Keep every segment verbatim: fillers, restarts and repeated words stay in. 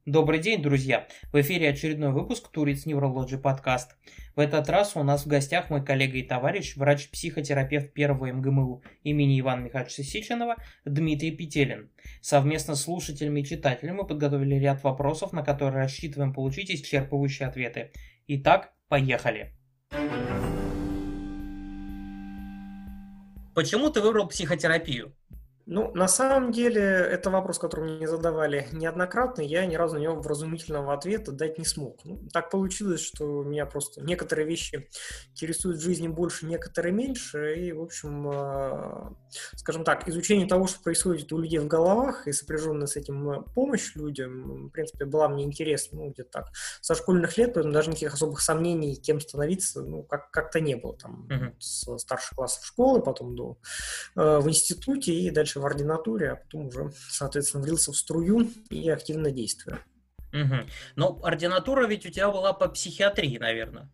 Добрый день, друзья! В эфире очередной выпуск Туриц Неврологи подкаст. В этот раз у нас в гостях мой коллега и товарищ, врач-психотерапевт первого эм гэ эм у имени Ивана Михайловича Сеченова Дмитрий Петелин. Совместно с слушателями и читателями мы подготовили ряд вопросов, на которые рассчитываем получить исчерпывающие ответы. Итак, поехали! Почему ты выбрал психотерапию? Ну, на самом деле, это вопрос, который мне задавали неоднократно, я ни разу на него вразумительного ответа дать не смог. Ну, так получилось, что меня просто некоторые вещи интересуют в жизни больше, некоторые меньше, и, в общем, э, скажем так, изучение того, что происходит у людей в головах, и сопряженная с этим помощь людям, в принципе, была мне интересна, ну, где-то так, со школьных лет, поэтому даже никаких особых сомнений, кем становиться, ну, как- как-то не было, там, Мгм. с старших классов школы, потом до, э, в институте и дальше в ординатуре, а потом уже, соответственно, влился в струю и активно действую. Мгм. Но ординатура ведь у тебя была по психиатрии, наверное.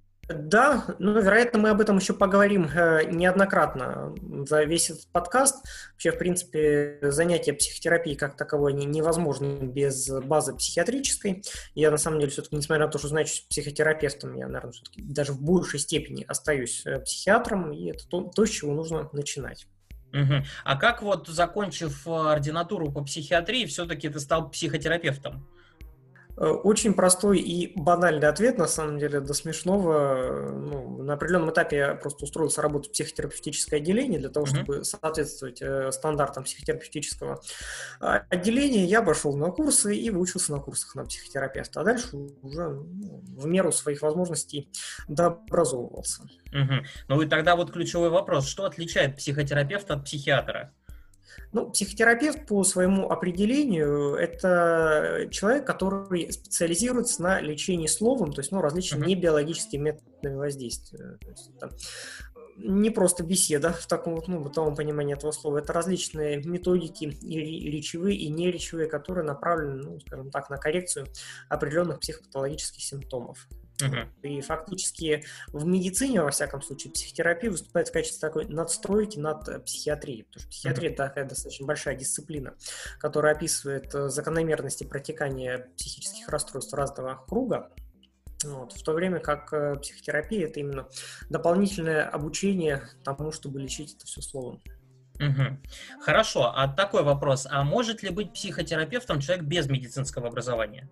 Да, ну, вероятно, мы об этом еще поговорим э, неоднократно за весь этот подкаст. Вообще, в принципе, занятия психотерапией как таковой они невозможны без базы психиатрической. Я, на самом деле, все-таки, несмотря на то, что значусь психотерапевтом, я, наверное, все-таки даже в большей степени остаюсь э, психиатром, и это то, то, с чего нужно начинать. Мгм. А как вот, закончив э, ординатуру по психиатрии, все-таки ты стал психотерапевтом? Э, Очень простой и банальный ответ, на самом деле, до смешного. Э, Ну, на определенном этапе я просто устроился работать в психотерапевтическое отделение для того, Мгм. чтобы соответствовать э, стандартам психотерапевтического а, отделения. Я пошел на курсы и выучился на курсах на психотерапевта, а дальше уже ну, в меру своих возможностей дообразовывался. Мгм. Ну и тогда вот ключевой вопрос. Что отличает психотерапевта от психиатра? Ну, психотерапевт по своему определению – это человек, который специализируется на лечении словом, то есть ну, различными Мгм. небиологическими методами воздействия. То есть это не просто беседа в таком вот, ну, бытовом понимании этого слова, это различные методики и речевые, и неречевые, которые направлены, ну, скажем так, на коррекцию определенных психопатологических симптомов. Вот. Мгм. И фактически в медицине, во всяком случае, психотерапия выступает в качестве такой надстройки над э, психиатрией, потому что психиатрия – Мгм. это такая достаточно большая дисциплина, которая описывает э, закономерности протекания психических расстройств разного круга, вот, в то время как э, психотерапия – это именно дополнительное обучение тому, чтобы лечить это все словом. Мгм. Хорошо, а такой вопрос. А может ли быть психотерапевтом человек без медицинского образования?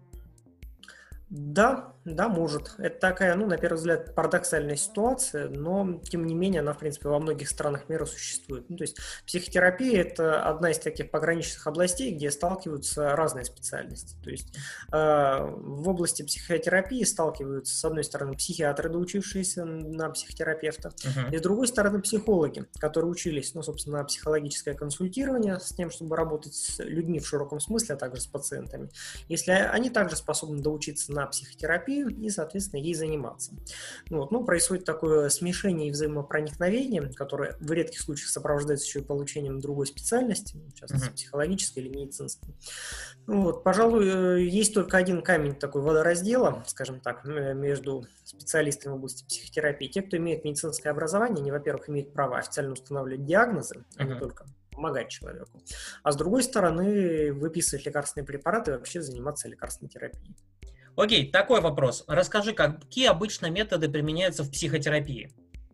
Да, да, может. Это такая, ну, на первый взгляд, парадоксальная ситуация, но, тем не менее, она, в принципе, во многих странах мира существует. Ну, то есть психотерапия – это одна из таких пограничных областей, где сталкиваются разные специальности. То есть э, в области психотерапии сталкиваются, с одной стороны, психиатры, доучившиеся на психотерапевта, Мгм. и с другой стороны, психологи, которые учились, ну, собственно, на психологическое консультирование с тем, чтобы работать с людьми в широком смысле, а также с пациентами. Если они также способны доучиться на психотерапию и, соответственно, ей заниматься. Вот. Ну, происходит такое смешение и взаимопроникновение, которое в редких случаях сопровождается еще и получением другой специальности, в частности, Мгм. психологической или медицинской. Ну, вот, пожалуй, есть только один камень такой водораздела, скажем так, между специалистами в области психотерапии. Те, кто имеет медицинское образование, они, во-первых, имеют право официально устанавливать диагнозы, а не Мгм. только помогать человеку. А с другой стороны, выписывать лекарственные препараты и вообще заниматься лекарственной терапией. Окей, такой вопрос. Расскажи, какие обычно методы применяются в психотерапии?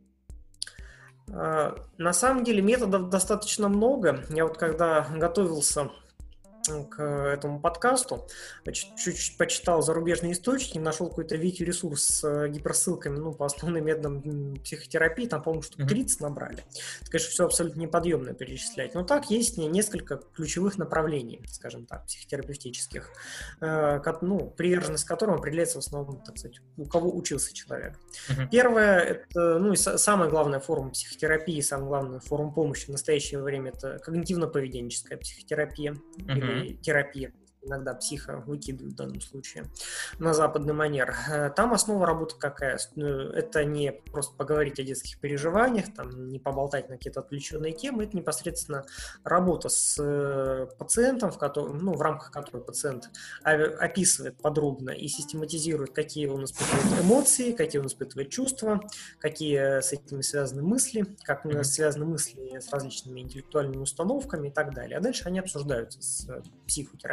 На самом деле методов достаточно много. Я вот когда готовился к этому подкасту, чуть-чуть почитал зарубежные источники, нашел какой-то вики-ресурс с гиперссылками, ну, по основным методам психотерапии, там, по-моему, штук Мгм. тридцать набрали. Это, конечно, все абсолютно неподъемно перечислять. Но так, есть несколько ключевых направлений, скажем так, психотерапевтических, ну, приверженность которым определяется в основном, так сказать, у кого учился человек. Мгм. Первое, это, ну, и самая главная форма психотерапии, самая главная форма помощи в настоящее время – это когнитивно-поведенческая психотерапия, Мгм. или терапия, иногда психо выкидывают в данном случае, на западный манер. Там основа работы какая? Это не просто поговорить о детских переживаниях, там, не поболтать на какие-то отвлеченные темы, это непосредственно работа с пациентом, в, котором, ну, в рамках которой пациент описывает подробно и систематизирует, какие он испытывает эмоции, какие он испытывает чувства, какие с этими связаны мысли, как Мгм. связаны мысли с различными интеллектуальными установками и так далее. А дальше они обсуждаются с психотерапевтом,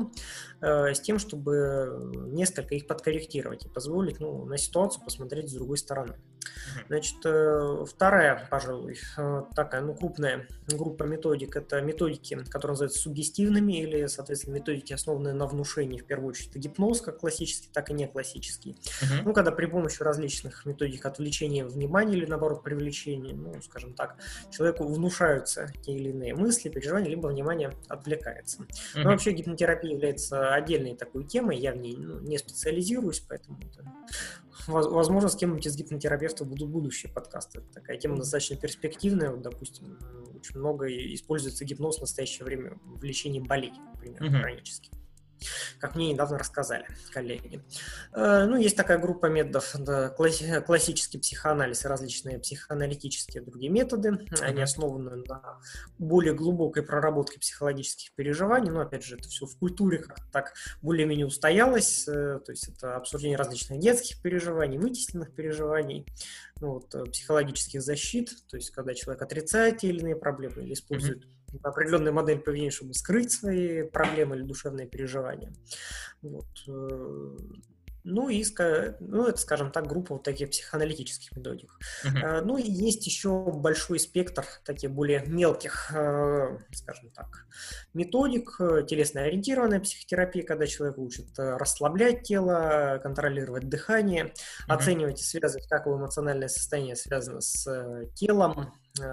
симптомам, э, с тем, чтобы несколько их подкорректировать и позволить, ну, на ситуацию посмотреть с другой стороны. Значит, э, вторая, пожалуй, э, такая, ну, крупная группа методик — это методики, которые называются суггестивными, или, соответственно, методики, основанные на внушении, в первую очередь, гипноз, как классический, так и не классический. Uh-huh. Ну, когда при помощи различных методик отвлечения внимания или, наоборот, привлечения, ну, скажем так, человеку внушаются те или иные мысли, переживания, либо внимание отвлекается. Uh-huh. Но вообще гипнотерапия является отдельной такой темой, я в ней, ну, не специализируюсь, поэтому это... Возможно, с кем-нибудь из гипнотерапевтов будут будущие подкасты. Такая тема достаточно перспективная. Вот, допустим, очень много используется гипноз в настоящее время в лечении болей, например, uh-huh. хронических. Как мне недавно рассказали коллеги. Ну, есть такая группа методов, да, классический психоанализ и различные психоаналитические другие методы. Uh-huh. Они основаны на более глубокой проработке психологических переживаний. Но, опять же, это все в культуре как-то так более-менее устоялось. То есть это обсуждение различных детских переживаний, вытесненных переживаний, ну, вот, психологических защит. То есть когда человек отрицает те или иные проблемы или использует uh-huh. определенную модель поведения, чтобы скрыть свои проблемы или душевные переживания. Вот. Ну, и, ну, это, скажем так, группа вот таких психоаналитических методик. Uh-huh. Ну, и есть еще большой спектр таких более мелких, скажем так, методик. Телесно-ориентированная психотерапия, когда человек учит расслаблять тело, контролировать дыхание, uh-huh. оценивать и связывать, как его эмоциональное состояние связано с телом,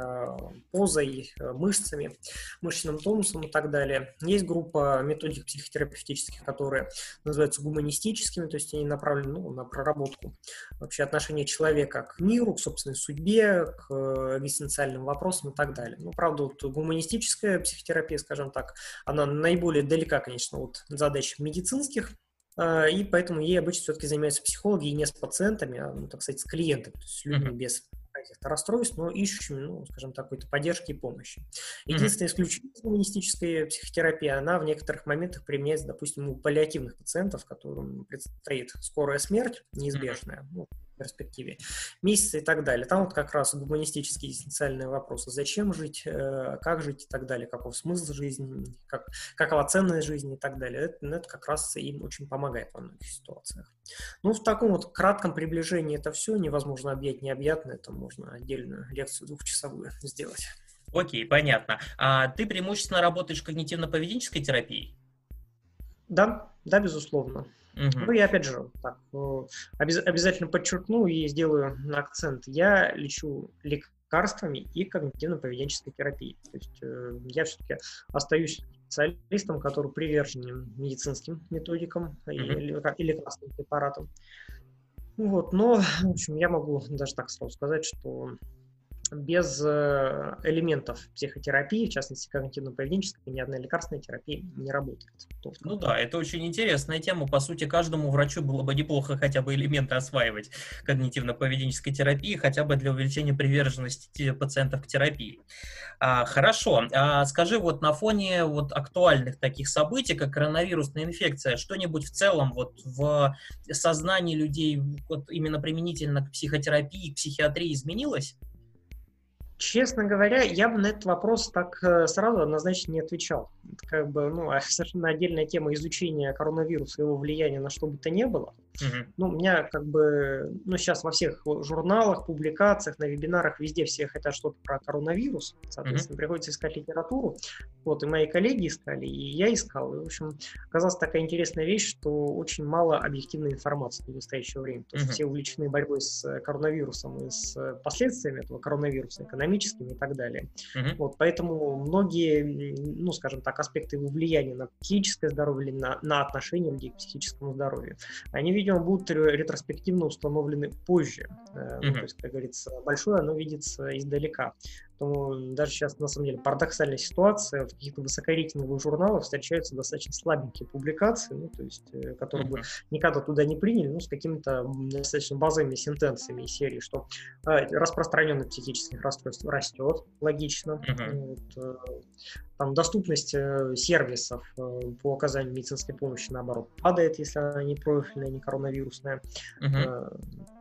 позой, мышцами, мышечным тонусом и так далее. Есть группа методик психотерапевтических, которые называются гуманистическими, то есть они направлены, ну, на проработку вообще отношения человека к миру, к собственной судьбе, к экзистенциальным вопросам и так далее. Ну, правда, вот гуманистическая психотерапия, скажем так, она наиболее далека, конечно, от задач медицинских, и поэтому ей обычно все-таки занимаются психологи и не с пациентами, а, ну, так сказать, с клиентами, то есть с людьми uh-huh. без каких-то расстройств, но ищущими, ну, скажем так, какой-то поддержки и помощи. Единственное mm-hmm. исключение гуманистической психотерапии, она в некоторых моментах применяется, допустим, у паллиативных пациентов, которым предстоит скорая смерть, неизбежная, ну, в перспективе, месяцы и так далее. Там вот как раз гуманистические экзистенциальные вопросы. Зачем жить, как жить и так далее, каков смысл жизни, как, какова ценность жизни и так далее. Это, это как раз им очень помогает во многих ситуациях. Ну, в таком вот кратком приближении это все невозможно объять необъятное, это можно отдельную лекцию двухчасовую сделать. Окей, понятно. А ты преимущественно работаешь когнитивно-поведенческой терапией? Да, да, безусловно. Uh-huh. Ну, я опять же так, обяз- обязательно подчеркну и сделаю акцент. Я лечу лекарствами и когнитивно-поведенческой терапией. То есть э, я все-таки остаюсь специалистом, который привержен медицинским методикам uh-huh. и, и лекарственным препаратам. Вот, но, в общем, я могу даже так сразу сказать, что без элементов психотерапии, в частности, когнитивно-поведенческой, ни одна лекарственная терапия не работает. Ну да, это очень интересная тема. По сути, каждому врачу было бы неплохо хотя бы элементы осваивать когнитивно-поведенческой терапии, хотя бы для увеличения приверженности пациентов к терапии. А, хорошо. А, скажи, вот на фоне вот актуальных таких событий, как коронавирусная инфекция, что-нибудь в целом вот в сознании людей вот именно применительно к психотерапии, к психиатрии изменилось? Честно говоря, я бы на этот вопрос так сразу однозначно не отвечал. Это как бы, ну, совершенно отдельная тема изучения коронавируса и его влияния на что бы то ни было. Uh-huh. Ну, у меня как бы, ну, сейчас во всех журналах, публикациях, на вебинарах, везде все хотят что-то про коронавирус. Соответственно, uh-huh. приходится искать литературу. Вот, и мои коллеги искали, и я искал. И, в общем, оказалась такая интересная вещь, что очень мало объективной информации в настоящее время. Потому uh-huh. что все увлечены борьбой с коронавирусом и с последствиями этого коронавируса, экономическими и так далее. Uh-huh. Вот, поэтому многие, ну, скажем так, аспекты его влияния на психическое здоровье или на, на отношение людей к психическому здоровью, они, видимо, будут ретроспективно установлены позже. Uh-huh. Ну, то есть, как говорится, большое оно видится издалека. Поэтому даже сейчас, на самом деле, парадоксальная ситуация. В каких-то высокорейтинговых журналах встречаются достаточно слабенькие публикации, ну, то есть, которые uh-huh. бы никогда туда не приняли, ну, с какими-то достаточно базовыми сентенциями из серии, что э, распространенность психических расстройств растет, логично. Uh-huh. Вот, э, там доступность э, сервисов э, по оказанию медицинской помощи, наоборот, падает, если она не профильная, не коронавирусная. Uh-huh. Э,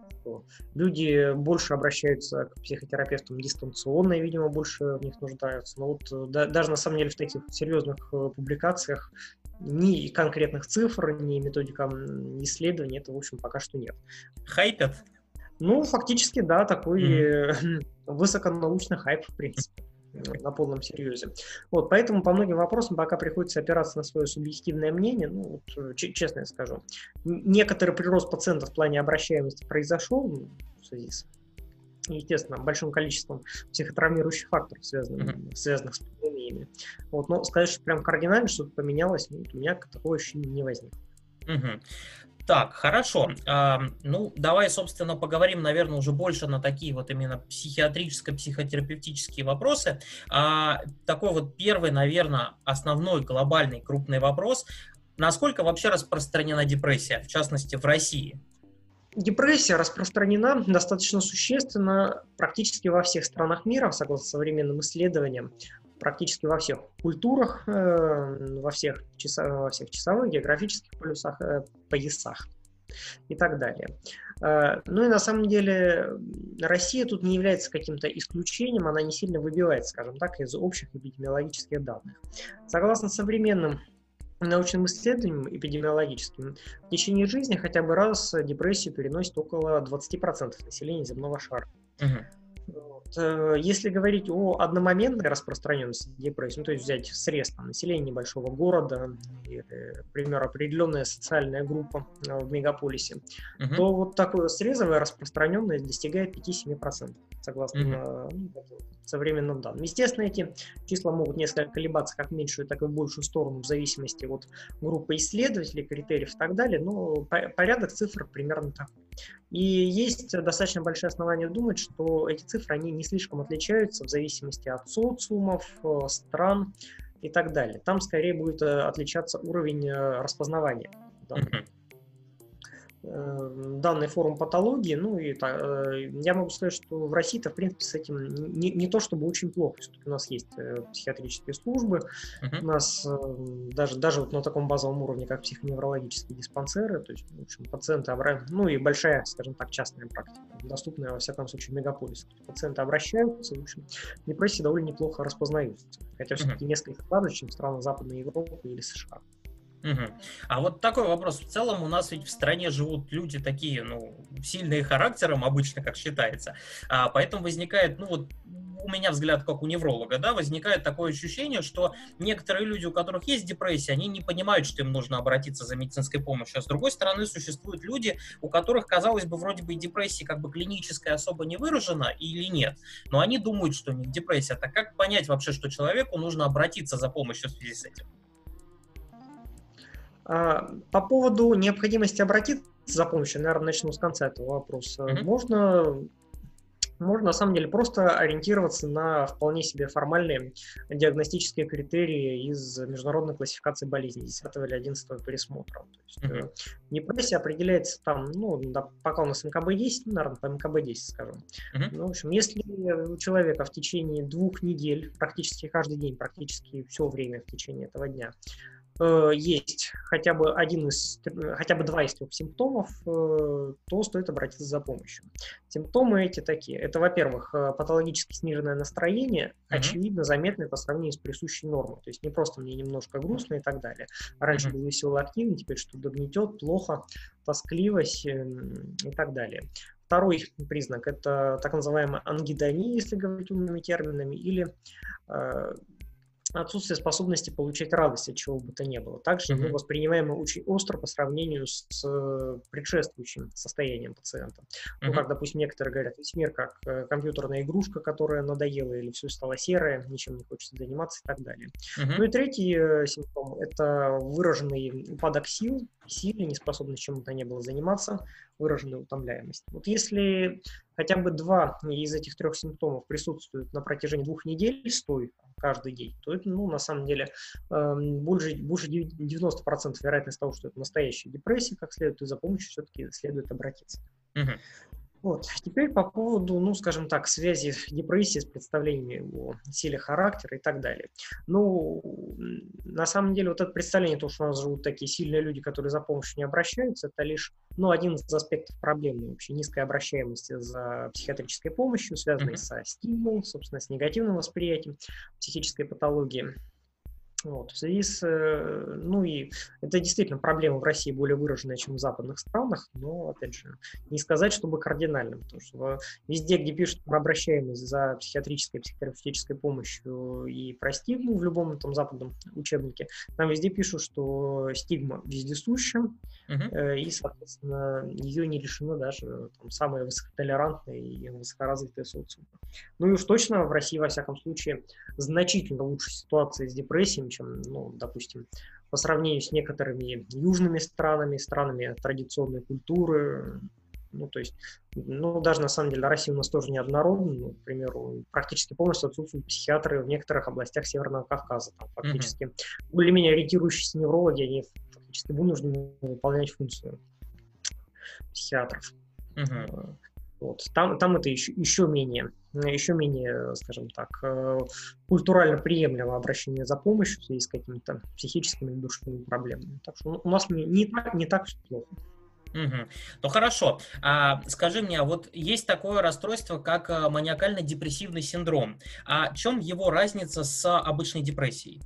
Люди больше обращаются к психотерапевтам дистанционно, и, видимо, больше в них нуждаются. Но вот да, даже на самом деле в таких серьезных публикациях ни конкретных цифр, ни методикам исследований это, в общем, пока что нет. Хайпят? Ну, фактически, да, такой mm-hmm. высоконаучный хайп, в принципе, на полном серьезе. Вот, поэтому по многим вопросам пока приходится опираться на свое субъективное мнение. Ну, вот, честно я скажу, некоторый прирост пациентов в плане обращаемости произошел в связи с, естественно, большим количеством психотравмирующих факторов, связанных, mm-hmm. связанных с пандемиями. Вот, но сказать, что прям кардинально что-то поменялось, ну, у меня такого ощущения не возникло. Mm-hmm. Так, хорошо. А, ну, давай, собственно, поговорим, наверное, уже больше на такие вот именно психиатрическо-психотерапевтические вопросы. А, такой вот первый, наверное, основной глобальный крупный вопрос. Насколько вообще распространена депрессия, в частности, в России? Депрессия распространена достаточно существенно практически во всех странах мира, согласно современным исследованиям. Практически во всех культурах, э, во, всех часа, во всех часовых, географических полюсах, э, поясах и так далее. Э, ну и на самом деле Россия тут не является каким-то исключением, она не сильно выбивается, скажем так, из общих эпидемиологических данных. Согласно современным научным исследованиям эпидемиологическим, в течение жизни хотя бы раз депрессию переносит около двадцать процентов населения земного шара. Uh-huh. Если говорить о одномоментной распространенности депрессии, ну, то есть взять срез там, населения небольшого города, или, к примеру, определенная социальная группа в мегаполисе, uh-huh. то вот такое срезовая распространенность достигает пять-семь процентов, согласно uh-huh. ну, современным данным. Естественно, эти числа могут несколько колебаться как в меньшую, так и в большую сторону в зависимости от группы исследователей, критериев и так далее, но порядок цифр примерно такой. И есть достаточно большие основания думать, что эти цифры, они не слишком отличаются в зависимости от социумов, стран и так далее. Там скорее будет отличаться уровень распознавания данных. Данной формы патологии, ну и я могу сказать, что в России-то, в принципе, с этим не, не то чтобы очень плохо. У нас есть психиатрические службы, uh-huh. у нас даже, даже вот на таком базовом уровне, как психоневрологические диспансеры, то есть, в общем, пациенты, ну и большая, скажем так, частная практика, доступная, во всяком случае, в мегаполисе. Пациенты обращаются, в общем, депрессии довольно неплохо распознаются, хотя все-таки uh-huh. несколько слабее, чем в странах Западной Европы или США. Угу. А вот такой вопрос. В целом у нас ведь в стране живут люди такие, ну, сильные характером, обычно, как считается. А, поэтому возникает, ну вот, у меня взгляд как у невролога, да, возникает такое ощущение, что некоторые люди, у которых есть депрессия, они не понимают, что им нужно обратиться за медицинской помощью. А с другой стороны, существуют люди, у которых, казалось бы, вроде бы и депрессия как бы клиническая особо не выражена или нет, но они думают, что у них депрессия. Так как понять вообще, что человеку нужно обратиться за помощью в связи с этим? По поводу необходимости обратиться за помощью, наверное, начну с конца этого вопроса. Mm-hmm. Можно, можно на самом деле просто ориентироваться на вполне себе формальные диагностические критерии из международной классификации болезней десятого или одиннадцатого пересмотра. То есть, mm-hmm. депрессия определяется там, ну, да, пока у нас эм ка бэ десять, ну, наверное, по эм ка бэ десять скажем. Mm-hmm. Ну, в общем, если у человека в течение двух недель, практически каждый день, практически все время в течение этого дня, есть хотя бы один из, хотя бы два из трех симптомов, то стоит обратиться за помощью. Симптомы эти такие. Это, во-первых, патологически сниженное настроение, mm-hmm. очевидно заметное по сравнению с присущей нормой. То есть не просто мне немножко грустно и так далее. Раньше mm-hmm. был веселый, активный, теперь что-то гнетет, плохо, тоскливость и так далее. Второй признак – это так называемая ангидония, если говорить умными терминами, или отсутствие способности получать радость от чего бы то ни было. Также мы воспринимаем его очень остро по сравнению с предшествующим состоянием пациента. Uh-huh. Ну, как, допустим, некоторые говорят, весь мир как компьютерная игрушка, которая надоела, или все стало серое, ничем не хочется заниматься и так далее. Uh-huh. Ну и третий симптом – это выраженный упадок сил, сильная неспособность чем бы то ни было заниматься, выраженная утомляемость. Вот если хотя бы два из этих трех симптомов присутствуют на протяжении двух недель стой каждый день, то это, ну, на самом деле, больше, больше девяносто процентов вероятность того, что это настоящая депрессия, как следует, и за помощью все-таки следует обратиться. Uh-huh. Вот. Теперь по поводу, ну, скажем так, связи депрессии с представлениями о силе характера и так далее. Ну, на самом деле, вот это представление, то, что у нас живут такие сильные люди, которые за помощью не обращаются, это лишь, ну, один из аспектов проблемы вообще низкой обращаемости за психиатрической помощью, связанной mm-hmm. со стигмой, собственно, с негативным восприятием психической патологии. Вот, в связи с, э, ну и это действительно проблема в России более выраженная, чем в западных странах, но, опять же, не сказать, чтобы кардинально, потому что везде, где пишут про обращаемость за психиатрической, психотерапевтической помощью и про стигму в любом там западном учебнике, там везде пишут, что стигма вездесуща, Мгм. э, и, соответственно, ее не лишено даже там, самые высокотолерантные и высокоразвитые социумы. Ну и уж точно в России, во всяком случае, значительно лучше ситуация с депрессией, чем, ну, допустим, по сравнению с некоторыми южными странами, странами традиционной культуры. Ну, то есть, ну, даже на самом деле Россия у нас тоже неоднородна. Ну, к примеру, практически полностью отсутствуют психиатры в некоторых областях Северного Кавказа. Там фактически Мгм. более-менее ориентирующиеся неврологи, они фактически вынуждены выполнять функцию психиатров. Мгм. Вот. Там, там это еще, еще менее, еще менее, скажем так, э, культурально приемлемо обращение за помощью в связи с какими-то психическими и душевными проблемами. Так что у нас не, не, так, не так все плохо. Мгм. Ну хорошо. А, скажи мне, а вот есть такое расстройство, как а, маниакально-депрессивный синдром. А в чем его разница с обычной депрессией?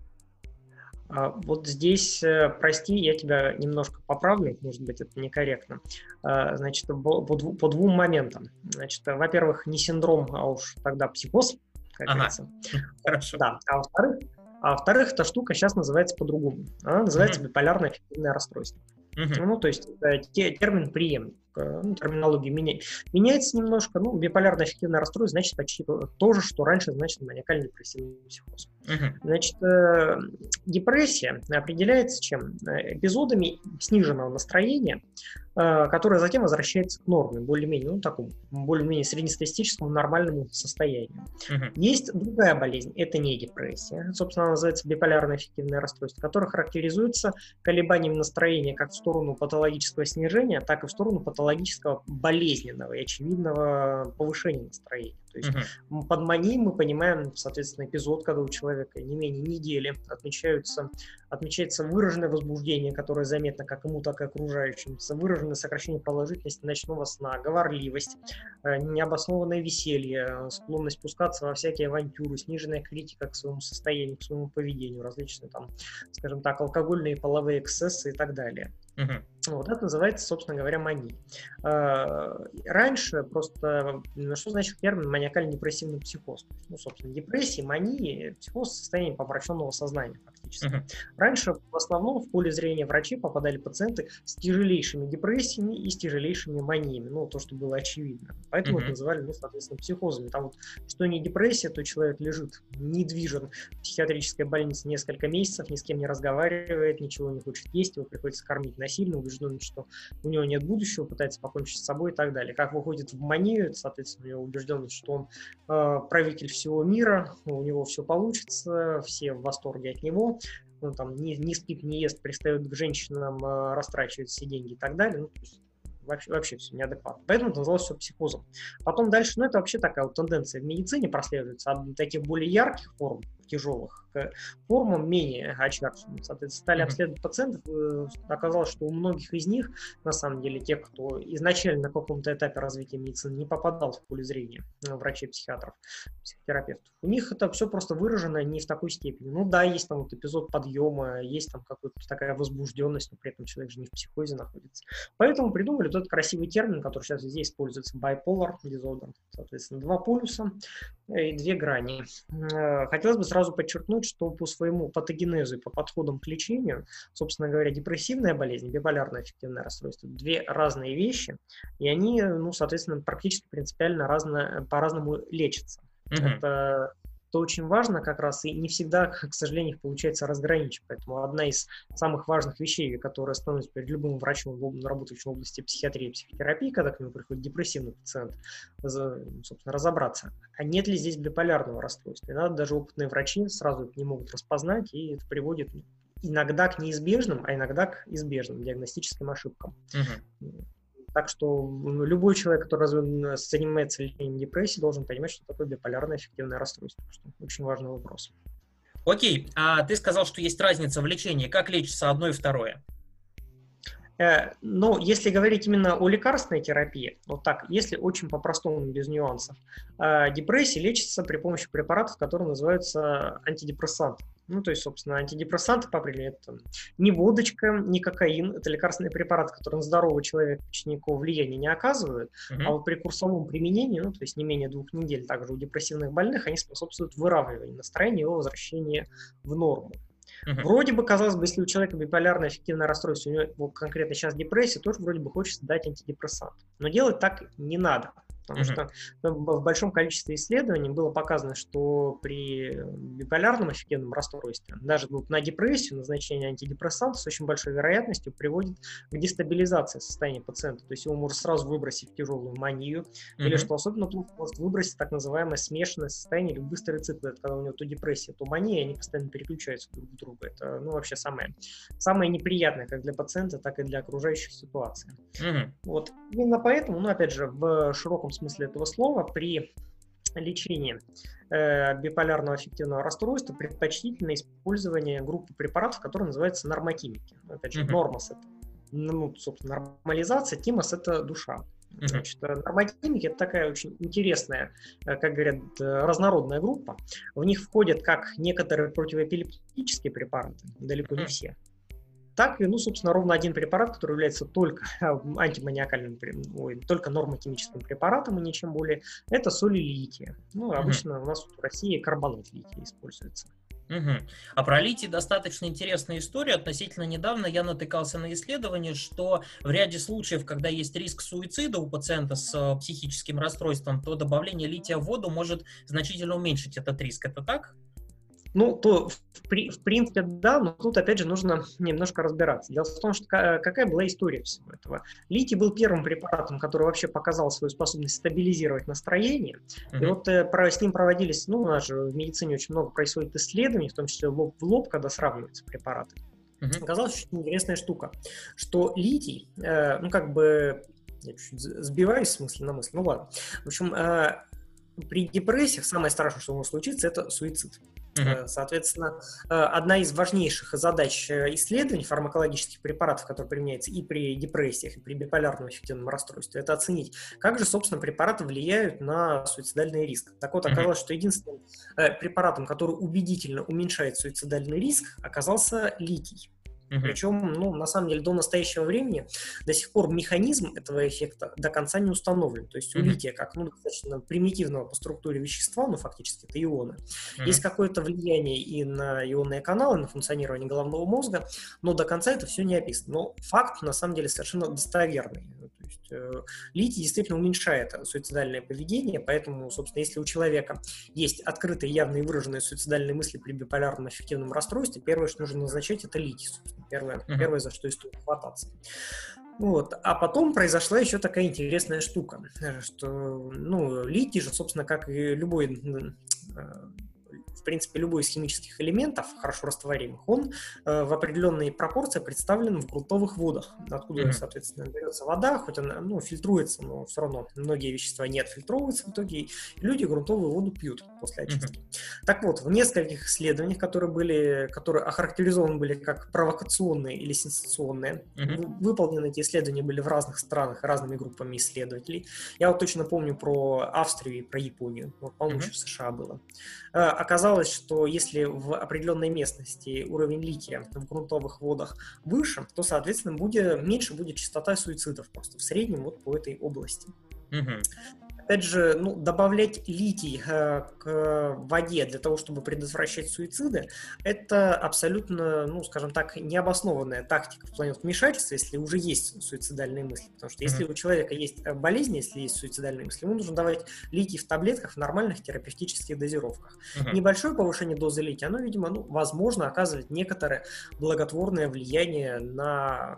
А вот здесь, э, прости, я тебя немножко поправлю, может быть, это некорректно. А, Значит, по, по дву- по двум моментам. Значит, э, во-первых, не синдром, а уж тогда психоз, как Ага, говорится. хорошо. Да, а во-вторых, а во-вторых, эта штука сейчас называется по-другому. Она называется Мгм. биполярное аффективное расстройство. Мгм. Ну, то есть э, те- термин приемлем. Э, Ну, терминология меня- меняется немножко. Ну, биполярное аффективное расстройство значит почти то, то же, что раньше значит маниакально-депрессивный психоз. Мгм. Значит, э, депрессия определяется чем? Э, Эпизодами сниженного настроения, э, которое затем возвращается к норме, более-менее, ну, такому, более-менее среднестатистическому нормальному состоянию. Мгм. Есть другая болезнь, это не депрессия, собственно, она называется биполярное аффективное расстройство, которое характеризуется колебаниями настроения как в сторону патологического снижения, так и в сторону патологического болезненного и очевидного повышения настроения. То есть Мгм. под манией мы понимаем, соответственно, эпизод, когда у человека не менее недели отмечаются, отмечается выраженное возбуждение, которое заметно как ему, так и окружающим, выраженное сокращение продолжительности ночного сна, говорливость, э, необоснованное веселье, склонность пускаться во всякие авантюры, сниженная критика к своему состоянию, к своему поведению, различные там, скажем так, алкогольные и половые эксцессы и так далее. Мгм. Вот это называется, собственно говоря, манией. Э, Раньше просто, ну, что значит термин маниакально-депрессивный психоз? Ну, собственно, депрессия, мания, психоз – состояние помраченного сознания фактически. Мгм. Раньше в основном в поле зрения врачей попадали пациенты с тяжелейшими депрессиями и с тяжелейшими маниями, ну, то, что было очевидно. Поэтому это Мгм. называли, ну, соответственно, психозами. Там вот, что не депрессия, то человек лежит недвижен в психиатрической больнице несколько месяцев, ни с кем не разговаривает, ничего не хочет есть, его приходится кормить насильно, убежден, что у него нет будущего, пытается покончить с собой и так далее. Как выходит в манию, соответственно, у него убежденность, что он э, правитель всего мира, у него все получится, все в восторге от него, он там не, не спит, не ест, пристает к женщинам, э, растрачивает все деньги и так далее. Ну, то есть вообще, вообще все неадекватно. Поэтому это называлось все психозом. Потом дальше, ну, это вообще такая вот тенденция в медицине прослеживается от таких более ярких форм, тяжелых, к формам менее очерченным. Соответственно, стали Мгм. обследовать пациентов, э, оказалось, что у многих из них, на самом деле, тех, кто изначально на каком-то этапе развития медицины не попадал в поле зрения э, врачей-психиатров, психотерапевтов, у них это все просто выражено не в такой степени. Ну да, есть там вот эпизод подъема, есть там какая-то такая возбужденность, но при этом человек же не в психозе находится. Поэтому придумали вот этот красивый термин, который сейчас везде используется, bipolar disorder, соответственно, два полюса и две грани. Э, Хотелось бы сразу подчеркнуть, что по своему патогенезу и по подходам к лечению, собственно говоря, депрессивная болезнь, биполярное аффективное расстройство, две разные вещи, и они, ну, соответственно, практически принципиально разно, по-разному лечатся. Мгм. Это то очень важно как раз, и не всегда, к сожалению, их получается разграничить. Поэтому одна из самых важных вещей, которая становится перед любым врачом, работающим в области психиатрии и психотерапии, когда к нему приходит депрессивный пациент, собственно, разобраться, а нет ли здесь биполярного расстройства. И надо, даже опытные врачи сразу это не могут распознать, и это приводит иногда к неизбежным, а иногда к избежным диагностическим ошибкам. Мгм. Так что любой человек, который занимается лечением депрессии, должен понимать, что такое биполярное аффективное расстройство. Что очень важный вопрос. Окей, а ты сказал, что есть разница в лечении. Как лечится одно и второе? Э, Ну, если говорить именно о лекарственной терапии, вот так, если очень по-простому, без нюансов, э, депрессия лечится при помощи препаратов, которые называются антидепрессанты. Ну, то есть, собственно, антидепрессанты по определению это не водочка, не кокаин. Это лекарственный препарат, который на здорового человека почти никакого влияния не оказывает. Угу. А вот при курсовом применении, ну, то есть не менее двух недель, также у депрессивных больных, они способствуют выравниванию настроения и его возвращению в норму. Угу. Вроде бы, казалось бы, если у человека биполярное аффективное расстройство, у него конкретно сейчас депрессия, тоже вроде бы хочется дать антидепрессант. Но делать так не надо. Потому uh-huh. что в большом количестве исследований было показано, что при биполярном аффективном расстройстве, даже вот на депрессию назначение антидепрессанта с очень большой вероятностью приводит к дестабилизации состояния пациента. То есть его может сразу выбросить в тяжелую манию, uh-huh. или, что особенно плохо, может выбросить так называемое смешанное состояние или быстрый цикл. Это когда у него то депрессия, то мания, они постоянно переключаются друг в друга. Это ну, вообще самое, самое неприятное как для пациента, так и для окружающих ситуаций. Uh-huh. Вот. Именно поэтому, ну, опять же, в широком смысле этого слова, при лечении э, биполярного аффективного расстройства предпочтительно использование группы препаратов, которые называются нормотимики. Опять же, mm-hmm. нормос — это, ну, собственно, нормализация, тимос — это душа. Mm-hmm. Значит, нормотимики — это такая очень интересная, как говорят, разнородная группа. В них входят как некоторые противоэпилептические препараты, далеко mm-hmm. не все, так и, ну, собственно, ровно один препарат, который является только антиманиакальным, ой, только нормотимическим препаратом и ничем более, это соли лития. Ну, обычно uh-huh. у нас в России карбонат лития используется. Угу. А про литий достаточно интересная история. Относительно недавно я натыкался на исследование, что в ряде случаев, когда есть риск суицида у пациента с психическим расстройством, то добавление лития в воду может значительно уменьшить этот риск. Это так? Ну, то в, в принципе, да, но тут, опять же, нужно немножко разбираться. Дело в том, что какая была история всего этого. Литий был первым препаратом, который вообще показал свою способность стабилизировать настроение. Uh-huh. И вот э, про, с ним проводились, ну, у нас же в медицине очень много происходит исследований, в том числе лоб в лоб, когда сравниваются препараты. Uh-huh. Оказалась очень интересная штука, что литий, э, ну, как бы, я чуть-чуть сбиваюсь с мысли на мысль, ну, ладно. В общем, э, при депрессиях самое страшное, что может случиться, это суицид. Uh-huh. Соответственно, одна из важнейших задач исследований фармакологических препаратов, которые применяются и при депрессиях, и при биполярном аффективном расстройстве, это оценить, как же, собственно, препараты влияют на суицидальный риск. Так вот, оказалось, uh-huh. что единственным препаратом, который убедительно уменьшает суицидальный риск, оказался литий. Uh-huh. Причем, ну, на самом деле, до настоящего времени до сих пор механизм этого эффекта до конца не установлен. То есть у uh-huh. лития, как ну, достаточно примитивного по структуре вещества, ну, фактически это ионы, uh-huh. есть какое-то влияние и на ионные каналы, на функционирование головного мозга, но до конца это все не описано. Но факт, на самом деле, совершенно достоверный. То есть э, литий действительно уменьшает суицидальное поведение, поэтому, собственно, если у человека есть открытые, явные, выраженные суицидальные мысли при биполярном аффективном расстройстве, первое, что нужно назначать, это литий, собственно. Первое, uh-huh. первое, за что и стоит хвататься. Вот. А потом произошла еще такая интересная штука, что, ну, литий же, собственно, как и любой, в принципе, любой из химических элементов, хорошо растворимых, он э, в определенной пропорции представлен в грунтовых водах, откуда, mm-hmm. соответственно, берется вода, хоть она, ну, фильтруется, но все равно многие вещества не отфильтровываются в итоге, и люди грунтовую воду пьют после очистки. Mm-hmm. Так вот, в нескольких исследованиях, которые были, которые охарактеризованы были как провокационные или сенсационные, mm-hmm. выполнены эти исследования были в разных странах разными группами исследователей. Я вот точно помню про Австрию и про Японию, вот, по-моему, mm-hmm. еще в США было. Оказалось, что если в определенной местности уровень лития в грунтовых водах выше, то, соответственно, будет, меньше будет частота суицидов просто в среднем вот по этой области. Mm-hmm. Опять же, ну, добавлять литий э, к воде для того, чтобы предотвращать суициды, это абсолютно, ну, скажем так, необоснованная тактика в плане вмешательства, если уже есть суицидальные мысли. Потому что если mm-hmm. у человека есть болезнь, если есть суицидальные мысли, ему нужно давать литий в таблетках в нормальных терапевтических дозировках. Mm-hmm. Небольшое повышение дозы лития, оно, видимо, ну, возможно, оказывает некоторое благотворное влияние на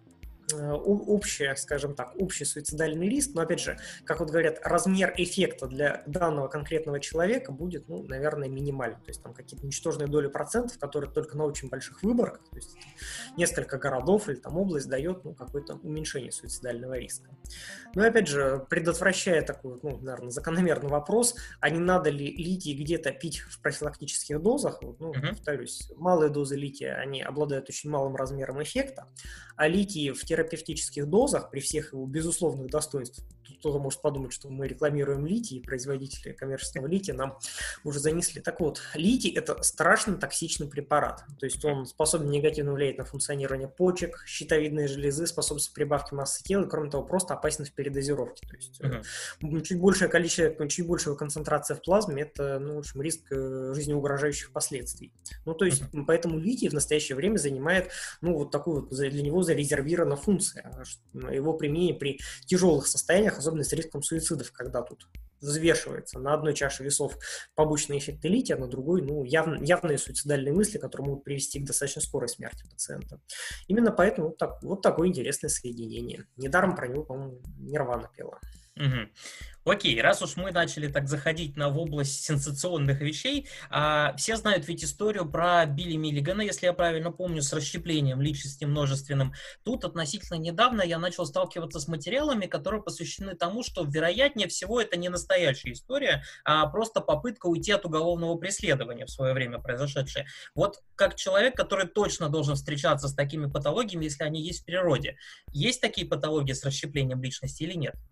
общее, скажем так, общий суицидальный риск, но, опять же, как вот говорят, размер эффекта для данного конкретного человека будет, ну, наверное, минимальный, то есть там какие-то ничтожные доли процентов, которые только на очень больших выборках, то есть несколько городов или там область дает, ну, какое-то уменьшение суицидального риска. Но, опять же, предотвращая такой, ну, наверное, закономерный вопрос, а не надо ли литий где-то пить в профилактических дозах, ну, uh-huh. повторюсь, малые дозы лития, они обладают очень малым размером эффекта, а литий в терапии психотерапевтических дозах, при всех его безусловных достоинствах, тут кто-то может подумать, что мы рекламируем литий, и производители коммерческого лития нам уже занесли. Так вот, литий – это страшно токсичный препарат. То есть он способен негативно влиять на функционирование почек, щитовидной железы, способствует прибавке массы тела, и, кроме того, просто опасен в передозировке. То есть uh-huh. чуть большее количество, чуть большая концентрация в плазме – это, ну, в общем, риск жизнеугрожающих последствий. Ну, то есть, uh-huh. поэтому литий в настоящее время занимает, ну, вот такую вот для него зарезервирована функция. Его применение при тяжелых состояниях, особенно с риском суицидов, когда тут взвешивается на одной чаше весов побочные эффекты лития, на другой, ну, явно, явные суицидальные мысли, которые могут привести к достаточно скорой смерти пациента. Именно поэтому вот, так, вот такое интересное соединение. Недаром про него, по-моему, Нирвана пела. Угу. Окей, раз уж мы начали так заходить на в область сенсационных вещей, а, все знают ведь историю про Билли Миллигана, если я правильно помню, с расщеплением личности множественным. Тут относительно недавно я начал сталкиваться с материалами, которые посвящены тому, что, вероятнее всего, это не настоящая история, а просто попытка уйти от уголовного преследования в свое время произошедшая. Вот как человек, который точно должен встречаться с такими патологиями, если они есть в природе, есть такие патологии с расщеплением личности или нет?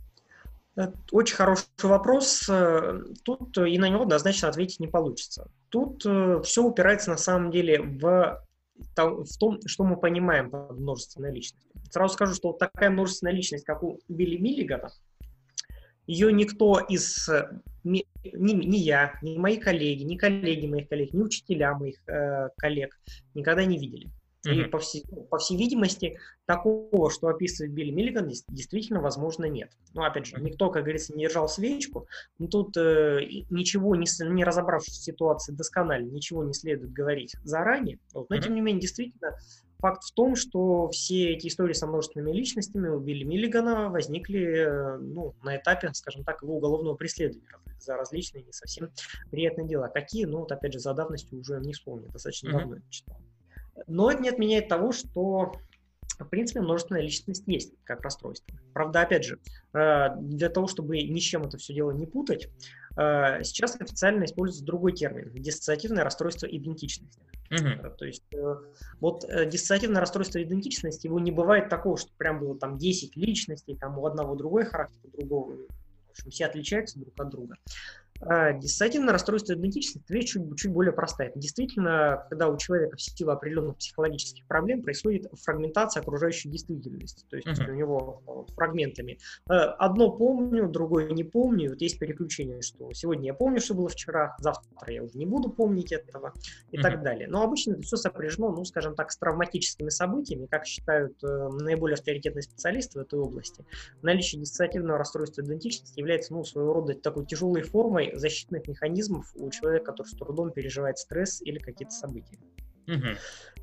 Очень хороший вопрос. Тут и на него однозначно ответить не получится. Тут все упирается на самом деле в, в том, что мы понимаем под множественной личностью. Сразу скажу, что вот такая множественная личность, как у Билли Миллигана, ее никто из, ни, ни, ни я, ни мои коллеги, ни коллеги моих коллег, ни учителя моих э, коллег никогда не видели. И, mm-hmm. по, всей, по всей видимости, такого, что описывает Билли Миллиган, действительно, возможно, нет. Но, опять же, никто, как говорится, не держал свечку. Но тут э, ничего, не, не разобравшись в ситуации досконально, ничего не следует говорить заранее. Вот. Но, mm-hmm. тем не менее, действительно, факт в том, что все эти истории со множественными личностями у Билли Миллигана возникли ну, на этапе, скажем так, его уголовного преследования за различные не совсем приятные дела. Какие, ну, вот, опять же, за давностью уже не вспомню, достаточно mm-hmm. давно это читал. Но это не отменяет того, что, в принципе, множественная личность есть как расстройство. Правда, опять же, для того, чтобы ни с чем это все дело не путать, сейчас официально используется другой термин – диссоциативное расстройство идентичности. Mm-hmm. То есть вот диссоциативное расстройство идентичности, его не бывает такого, что прям было там десять личностей, там у одного другой характер, у другого, в общем, все отличаются друг от друга. Диссоциативное расстройство идентичности вещь чуть, чуть более простая. Действительно, когда у человека в силу определенных психологических проблем происходит фрагментация окружающей действительности. То есть uh-huh. у него фрагментами одно помню, другое не помню. Вот есть переключение, что сегодня я помню, что было вчера, завтра я уже не буду помнить этого и uh-huh. так далее. Но обычно это все сопряжено, ну, скажем так, с травматическими событиями, как считают э, наиболее авторитетные специалисты в этой области. Наличие диссоциативного расстройства идентичности является, ну, своего рода такой тяжелой формой защитных механизмов у человека, который с трудом переживает стресс или какие-то события. Uh-huh.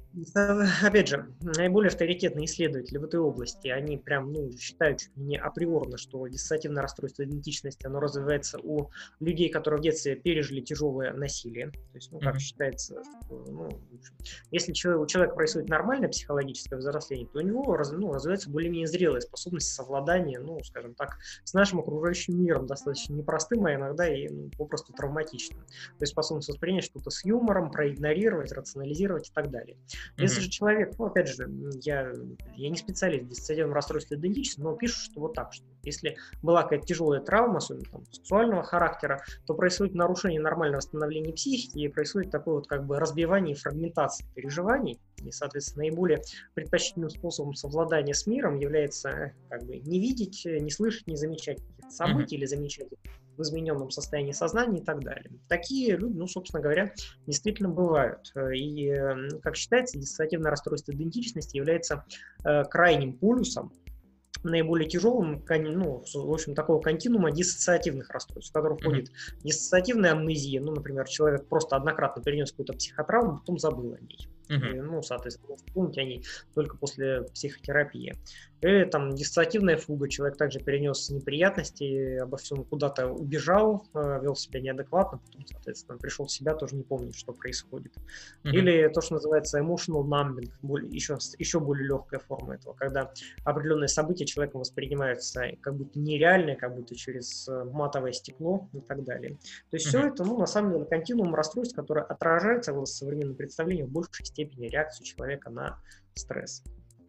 Опять же, наиболее авторитетные исследователи в этой области, они прям, ну, считают чуть ли не априорно, что диссоциативное расстройство идентичности, оно развивается у людей, которые в детстве пережили тяжелое насилие. То есть, ну, как mm-hmm. считается, что, ну, если человек, у человека происходит нормальное психологическое взросление, то у него раз, ну, развивается более-менее зрелая способность совладания, ну, скажем так, с нашим окружающим миром, достаточно непростым, а иногда и ну, попросту травматичным. То есть способность воспринять что-то с юмором, проигнорировать, рационализировать и так далее. Если mm-hmm. же человек, ну, опять же, я, я не специалист в диссоциативном расстройстве идентичности, но пишут, что вот так, что если была какая-то тяжелая травма, особенно там, сексуального характера, то происходит нарушение нормального восстановления психики и происходит такое вот как бы разбивание и фрагментация переживаний. И, соответственно, наиболее предпочтительным способом совладания с миром является как бы не видеть, не слышать, не замечать каких-то событий mm-hmm. или замечать их в измененном состоянии сознания и так далее. Такие люди, ну, собственно говоря, действительно бывают. И, как считается, диссоциативное расстройство идентичности является э, крайним полюсом, наиболее тяжелым, ну, в общем, такого континуума диссоциативных расстройств, в который входит mm-hmm. диссоциативная амнезия, ну, например, человек просто однократно перенес какую-то психотравму, потом забыл о ней. Uh-huh. И, ну, соответственно, вспомнить о ней только после психотерапии. Или там диссоциативная фуга, человек также перенес неприятности, обо всем куда-то убежал, вел себя неадекватно, потом, соответственно, пришел в себя, тоже не помнит, что происходит. Uh-huh. Или то, что называется emotional numbing, более, еще, еще более легкая форма этого, когда определенные события человеком воспринимаются как будто нереальные, как будто через матовое стекло и так далее. То есть uh-huh. все это, ну, на самом деле, континуум расстройств, которое отражает, согласно современным представлениям, в большей степени реакцию человека на стресс.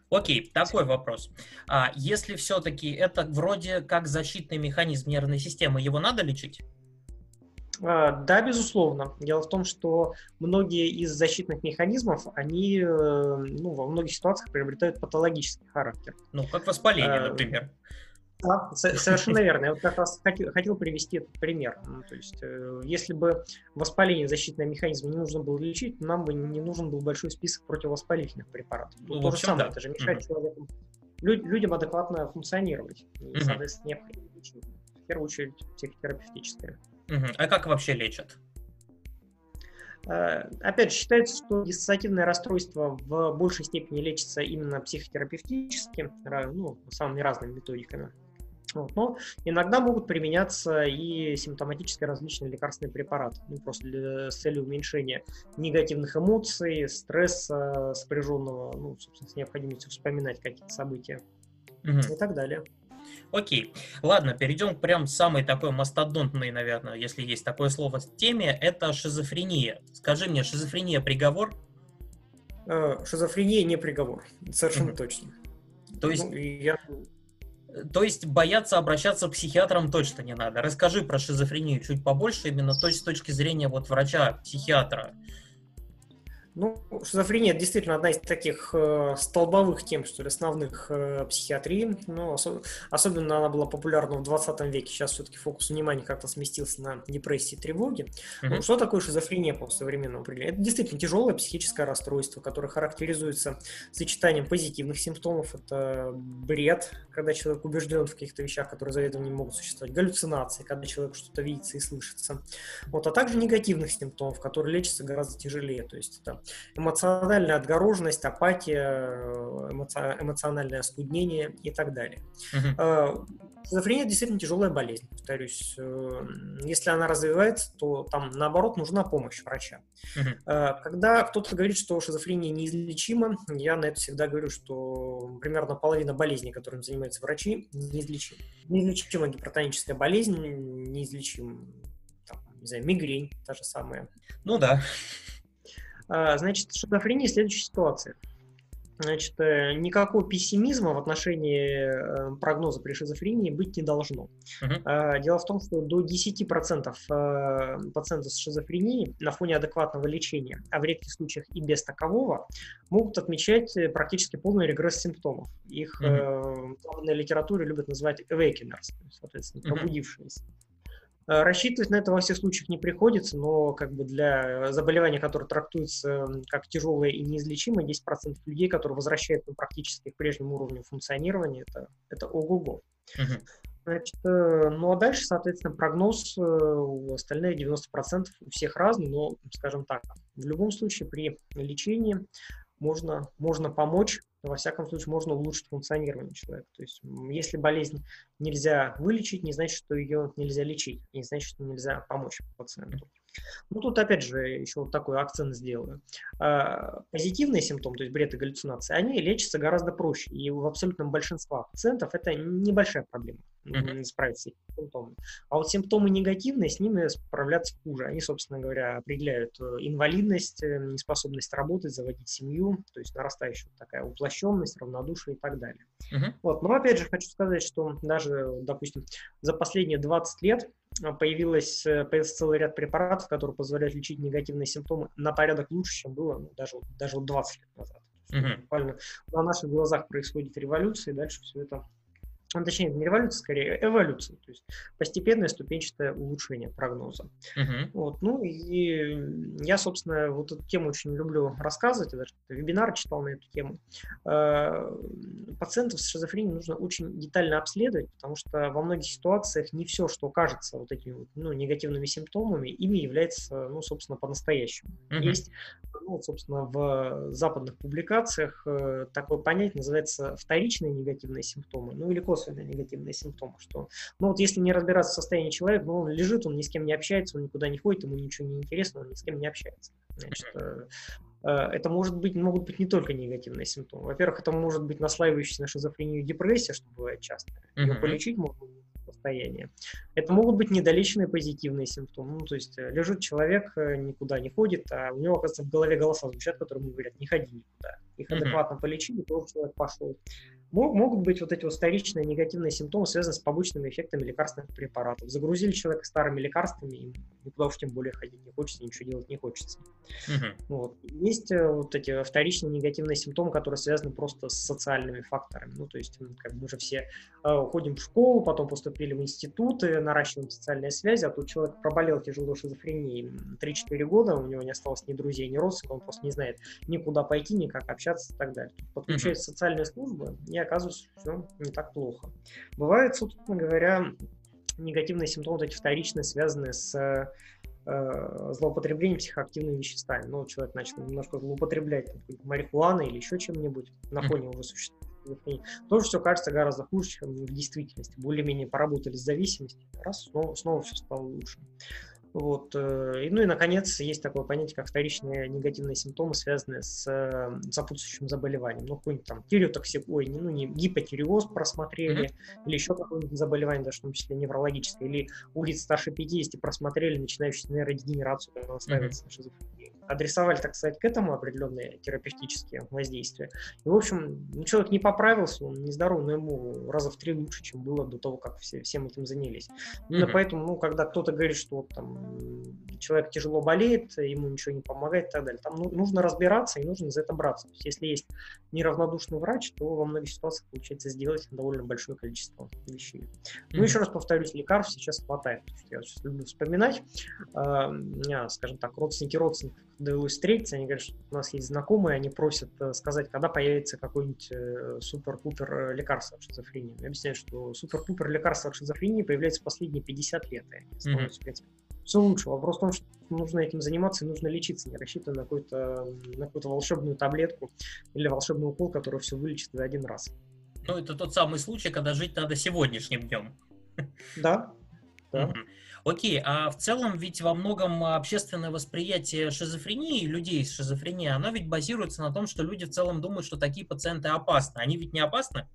Окей, такой вопрос. А если все-таки это вроде как защитный механизм нервной системы, его надо лечить? А, Да, безусловно. Дело в том, что многие из защитных механизмов, они э, ну, во многих ситуациях приобретают патологический характер. Ну, как воспаление, Э, например. Да, со- совершенно верно. Я вот как раз хотел, хотел привести этот пример. Ну, то есть, э, если бы воспаление защитный механизм не нужно было лечить, нам бы не нужен был большой список противовоспалительных препаратов. Ну, Тут в то же общем, самое, да. это же Мгм. мешает человеку, лю- людям адекватно функционировать. И, Мгм. соответственно, необходимо лечение. В первую очередь, психотерапевтическое. Мгм. А как вообще лечат? Э, Опять же, считается, что диссоциативное расстройство в большей степени лечится именно психотерапевтически, ра- ну, самыми разными методиками. Вот. Но иногда могут применяться и симптоматически различные лекарственные препараты, ну, просто для- с целью уменьшения негативных эмоций, стресса, сопряженного, ну, собственно, с необходимостью вспоминать какие-то события Мгм. и так далее. Окей. Ладно, перейдем к прям самой такой мастодонтной, наверное, если есть такое слово, теме. Это шизофрения. Скажи мне, шизофрения приговор? Э, Шизофрения не приговор, совершенно Мгм. точно. То есть, Ну, и я то есть бояться обращаться к психиатрам точно не надо. Расскажи про шизофрению чуть побольше, именно то есть с точки зрения вот врача-психиатра. Ну, шизофрения это действительно одна из таких э, столбовых тем, что ли, основных э, психиатрии. Но осо- особенно она была популярна в двадцатом веке. Сейчас все-таки фокус внимания как-то сместился на депрессии и тревоги. Ну, Мгм. что такое шизофрения по современному определению? Это действительно тяжелое психическое расстройство, которое характеризуется сочетанием позитивных симптомов. Это бред, когда человек убежден в каких-то вещах, которые заведомо не могут существовать. Галлюцинации, когда человек что-то видится и слышится. Вот, а также негативных симптомов, которые лечатся гораздо тяжелее. То есть это эмоциональная отгороженность, апатия, эмоци- эмоциональное оскуднение и так далее. Мгм. Э, Шизофрения действительно тяжелая болезнь, повторюсь. Э, Если она развивается, то там, наоборот, нужна помощь врача. Мгм. Э, Когда кто-то говорит, что шизофрения неизлечима, я на это всегда говорю, что примерно половина болезней, которыми занимаются врачи, неизлечима. Неизлечима гипертоническая болезнь, неизлечим, там, не знаю, мигрень, та же самая. Ну да. А, Значит, шизофрения следующая ситуация. Значит, э, никакого пессимизма в отношении э, прогноза при шизофрении быть не должно. Мгм. А, Дело в том, что до десяти процентов э, пациентов с шизофренией на фоне адекватного лечения, а в редких случаях и без такового, могут отмечать э, практически полный регресс симптомов. Их э, Мгм. в западной литературе любят называть awakeners, то есть, соответственно, Мгм. пробудившиеся. Э, Рассчитывать на это во всех случаях не приходится, но как бы для заболевания, которое трактуется м, как тяжелое и неизлечимое, десять процентов людей, которые возвращаются практически к прежнему уровню функционирования, это, это ого-го. Мгм. Значит, э, ну а дальше, соответственно, прогноз э, у остальных девяносто процентов у всех разный, но, скажем так, в любом случае при лечении можно, можно помочь, во всяком случае, можно улучшить функционирование человека. То есть, м, если болезнь нельзя вылечить, не значит, что ее нельзя лечить, не значит, что нельзя помочь пациенту. Ну, тут опять же еще вот такой акцент сделаю. А, Позитивные симптомы, то есть бред и галлюцинации, они лечатся гораздо проще. И в абсолютном большинстве пациентов это небольшая проблема Мгм. м, справиться с этими симптомами. А вот симптомы негативные, с ними справляться хуже. Они, собственно говоря, определяют э, инвалидность, э, неспособность работать, заводить семью, то есть нарастающая такая уплощенность, равнодушие и так далее. Мгм. Вот. Но опять же хочу сказать, что даже, допустим, за последние двадцать лет а, появилось, э, появился целый ряд препаратов, которые позволяют лечить негативные симптомы на порядок лучше, чем было ну, даже, вот- даже вот двадцать лет назад. То есть, Мгм. буквально на наших глазах происходит революция, и дальше все это, ну, точнее, не революция, скорее эволюция, то есть постепенное ступенчатое улучшение прогноза. Мгм. Вот, ну и я, собственно, вот эту тему очень люблю рассказывать, я даже вебинар читал на эту тему. Э, Пациентов с шизофренией нужно очень детально обследовать, потому что во многих ситуациях не все, что кажется вот этими вот, ну, негативными симптомами, ими является, ну, собственно, по-настоящему. Мгм. Есть, ну, вот, собственно, в западных публикациях э, такое понятие называется вторичные негативные симптомы, ну или косвенные негативные симптомы, что ну вот если не разбираться в состоянии человека, ну он лежит, он ни с кем не общается, он никуда не ходит, ему ничего не интересно, он ни с кем не общается. Значит, э, э, это может быть, могут быть не только негативные симптомы. Во-первых, это может быть наслаивающаяся на шизофрению депрессия, что бывает часто. Ее Мгм. полечить можно, состояние. Это могут быть недолеченные позитивные симптомы. Ну, то есть лежит человек, никуда не ходит, а у него, оказывается, в голове голоса звучат, которые ему говорят, не ходи никуда. Их адекватно полечили, тоже человек пошел. Могут быть вот эти вот вторичные негативные симптомы, связанные с побочными эффектами лекарственных препаратов. Загрузили человека старыми лекарствами, и никуда уж тем более ходить не хочется, ничего делать не хочется. Uh-huh. Вот. Есть вот эти вторичные негативные симптомы, которые связаны просто с социальными факторами. Ну, то есть как мы же все э, ходим в школу, потом поступили в институты, наращиваем социальные связи, а тут человек проболел тяжело шизофренией три-четыре года, у него не осталось ни друзей, ни родственников, он просто не знает никуда пойти, никак общаться и так далее. Подключаются uh-huh. социальные службы, и оказывается, все не так плохо. Бывают, собственно говоря, негативные симптомы, вот эти вторичные, связанные с э, злоупотреблением психоактивными веществами. Ну, человек начал немножко злоупотреблять там, марихуаной или еще чем-нибудь на фоне уже существующей. Тоже все кажется гораздо хуже, чем в действительности. Более-менее поработали с зависимостью, раз, снова, снова все стало лучше. Вот. И, ну и, наконец, есть такое понятие, как вторичные негативные симптомы, связанные с э, сопутствующим заболеванием. Ну, какой-нибудь там тиреотоксик, ой, ну, не гипотиреоз просмотрели, mm-hmm. или еще какое-нибудь заболевание, даже в том числе неврологическое, или у лиц старше пятидесяти просмотрели начинающую нейродегенерацию, когда настраивается mm-hmm. на шизофрению. Адресовали, так сказать, к этому определенные терапевтические воздействия. И, в общем, ну, человек не поправился, он нездоров, но ему раза в три лучше, чем было до того, как все, всем этим занялись. Именно mm-hmm. поэтому, ну, когда кто-то говорит, что вот, там, человек тяжело болеет, ему ничего не помогает и так далее. Там ну, нужно разбираться и нужно за это браться. То есть, если есть неравнодушный врач, то во многих ситуациях получается сделать довольно большое количество вещей. Mm-hmm. Ну, еще раз повторюсь, лекарств сейчас хватает. Потому что я сейчас люблю вспоминать. Uh, у меня, скажем так, родственники родственников, довелось встретиться, они говорят, что у нас есть знакомые, они просят сказать, когда появится какой-нибудь э, супер-пупер лекарство от шизофрении. Я объясняю, что супер-пупер лекарство от шизофрении появляется в последние пятьдесят лет. Mm-hmm. В принципе, все лучше. Вопрос в том, что нужно этим заниматься и нужно лечиться, не рассчитывая на какую-то, на какую-то волшебную таблетку или волшебный укол, который все вылечит за один раз. Ну, это тот самый случай, когда жить надо сегодняшним днем. Да. Да. Mm-hmm. Окей, а в целом ведь во многом общественное восприятие шизофрении, людей с шизофренией, оно ведь базируется на том, что люди в целом думают, что такие пациенты опасны. Они ведь не опасны?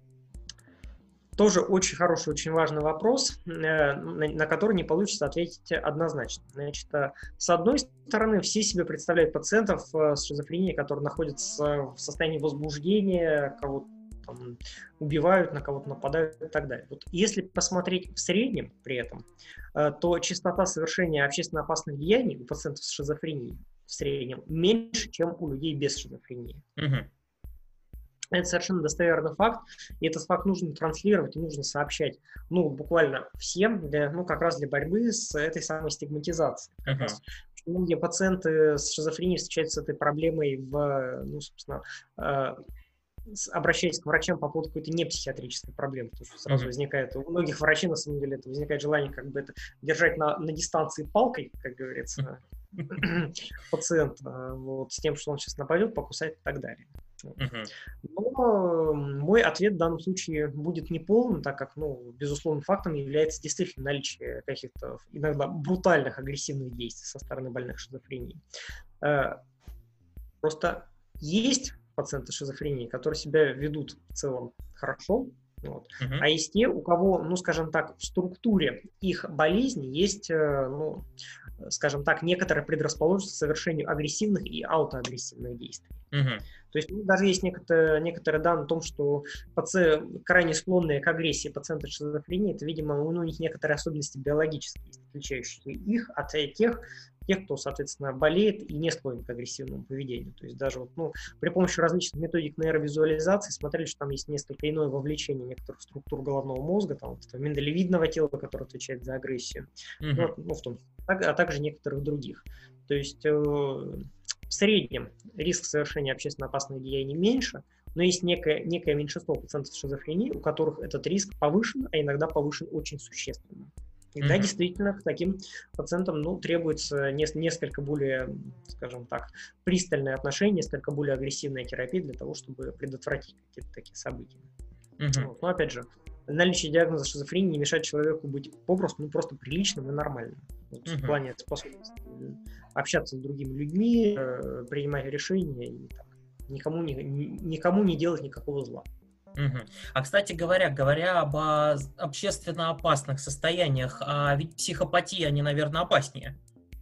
Тоже очень хороший, очень важный вопрос, на который не получится ответить однозначно. Значит, с одной стороны, все себе представляют пациентов с шизофренией, которые находятся в состоянии возбуждения, кого-то там убивают, на кого-то нападают и так далее. Вот если посмотреть в среднем при этом, то частота совершения общественно опасных деяний у пациентов с шизофренией в среднем меньше, чем у людей без шизофрении. Uh-huh. Это совершенно достоверный факт, и этот факт нужно транслировать и нужно сообщать, ну, буквально всем, для, ну, как раз для борьбы с этой самой стигматизацией. Как uh-huh. раз. Многие пациенты с шизофренией встречаются с этой проблемой в, ну, собственно, э, обращаясь к врачам по поводу какой-то непсихиатрической проблемы, потому что сразу uh-huh. возникает, у многих врачей, на самом деле, это возникает желание как бы это держать на, на дистанции палкой, как говорится, пациента, вот, с тем, что он сейчас нападет, покусает и так далее. Uh-huh. Но мой ответ в данном случае будет неполным, так как, ну, безусловным фактом является действительно наличие каких-то иногда брутальных агрессивных действий со стороны больных шизофренией. Просто есть пациенты с шизофренией, которые себя ведут в целом хорошо, вот. Uh-huh. А есть те, у кого, ну, скажем так, в структуре их болезни есть, ну, скажем так, некоторая предрасположенность к совершению агрессивных и аутоагрессивных действий. Uh-huh. То есть, ну, даже есть некоторые, некоторые данные о том, что паци... крайне склонные к агрессии пациенты с шизофренией, это, видимо, у них некоторые особенности биологические, отличающие их от тех, тех, кто, соответственно, болеет и не склонен к агрессивному поведению. То есть даже вот, ну, при помощи различных методик нейровизуализации смотрели, что там есть несколько иное вовлечение некоторых структур головного мозга, там, вот, миндалевидного тела, которое отвечает за агрессию, mm-hmm. ну, ну, в том, а также некоторых других. То есть э, в среднем риск совершения общественно опасных деяний меньше, но есть некое, некое меньшинство пациентов с шизофренией, у которых этот риск повышен, а иногда повышен очень существенно. И mm-hmm. да, действительно, к таким пациентам, ну, требуется не, несколько более, скажем так, пристальное отношение, несколько более агрессивная терапия для того, чтобы предотвратить какие-то такие события. Mm-hmm. Вот. Но, опять же, наличие диагноза шизофрении не мешает человеку быть попросту, ну, просто приличным и нормальным. Вот, mm-hmm. В плане способности общаться с другими людьми, принимать решения и так, никому, не, никому не делать никакого зла. Мгм. А, кстати говоря, говоря об а, общественно опасных состояниях, а ведь психопатии, они, наверное, опаснее.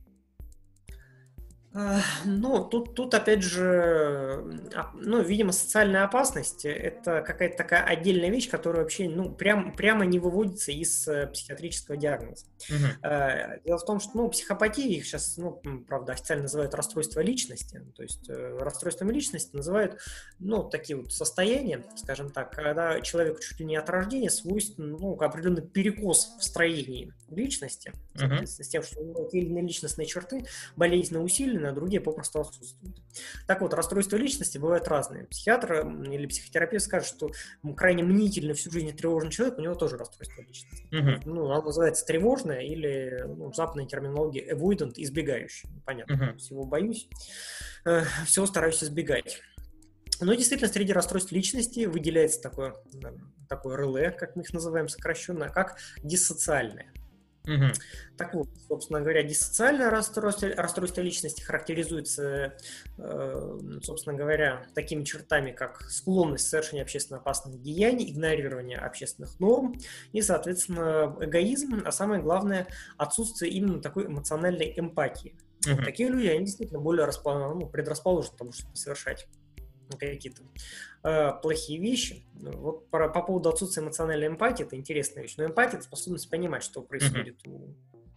А, Ну, тут, тут опять же, а, ну, видимо, социальная опасность– это какая-то такая отдельная вещь, которая вообще, ну, прям, прямо не выводится из э, психиатрического диагноза. Мгм. Э, Дело в том, что, ну, психопатия, их сейчас, ну, м, правда, официально называют расстройство личности, то есть э, расстройством личности называют, ну, такие вот состояния, скажем так, когда человеку чуть ли не от рождения свойствен, ну, определенный перекос в строении личности, Мгм. соответственно, с тем, что у него те или иные личностные черты болезненно усилены, а другие попросту отсутствуют. Так вот, расстройства личности бывают разные. Психиатр м, или психотерапевт скажет, что м, крайне мнительный, всю жизнь тревожный человек, у него тоже расстройство личности. Мгм. Ну, оно называется тревожное или, ну, в западной терминологии avoidant, избегающий. Ну, понятно, Мгм. всего боюсь, э, всего стараюсь избегать. Но действительно, среди расстройств личности выделяется такое, да, такое эр эл э, как мы их называем сокращенно, как диссоциальное. Мгм. Так вот, собственно говоря, диссоциальное расстройство, расстройство личности характеризуется, э, собственно говоря, такими чертами, как склонность к совершению общественно опасных деяний, игнорирование общественных норм и, соответственно, эгоизм, а самое главное, отсутствие именно такой эмоциональной эмпатии. Вот Мгм. такие люди, они действительно более распо- ну, предрасположены к тому, чтобы совершать какие-то э, плохие вещи. Ну, Вот по, по поводу отсутствия эмоциональной эмпатии, это интересная вещь. Но эмпатия– это способность понимать, что Мгм. происходит у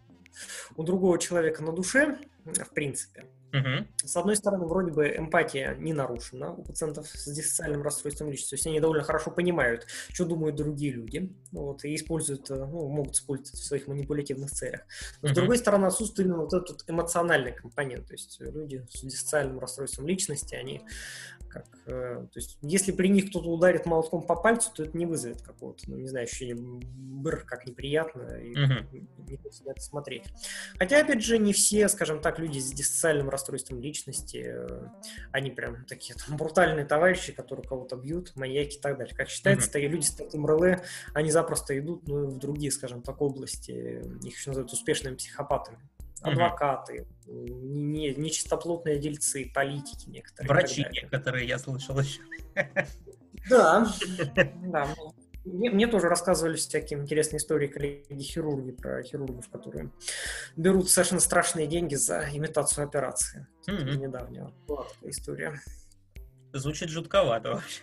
у другого человека на душе, в принципе. Мгм. С одной стороны, вроде бы эмпатия не нарушена у пациентов с диссоциальным расстройством личности, то есть они довольно хорошо понимают, что думают другие люди, вот, и используют, ну, могут использовать в своих манипулятивных целях. Но с Мгм. другой стороны, отсутствует именно вот этот эмоциональный компонент, то есть люди с диссоциальным расстройством личности, они как, э, то есть, если при них кто-то ударит молотком по пальцу, то это не вызовет какого-то, ну, не знаю, ощущения бр, как неприятно, и Мгм. не хочется на это смотреть. Хотя, опять же, не все, скажем так, люди с диссоциальным расстройством личности, э, они прям такие там брутальные товарищи, которые кого-то бьют, маньяки и так далее. Как считается, Мгм. такие люди с таким эр эл э, они запросто идут, ну, в другие, скажем так, области, их еще называют успешными психопатами. Мгм. Адвокаты, не, нечистоплотные дельцы, политики некоторые и так Врачи далее. некоторые, я слышал еще. Да, да. Мне, мне тоже рассказывали всякие интересные истории коллеги-хирурги про хирургов, которые берут совершенно страшные деньги за имитацию операции. Тут из Мгм. недавнего была такая история. Звучит жутковато вообще.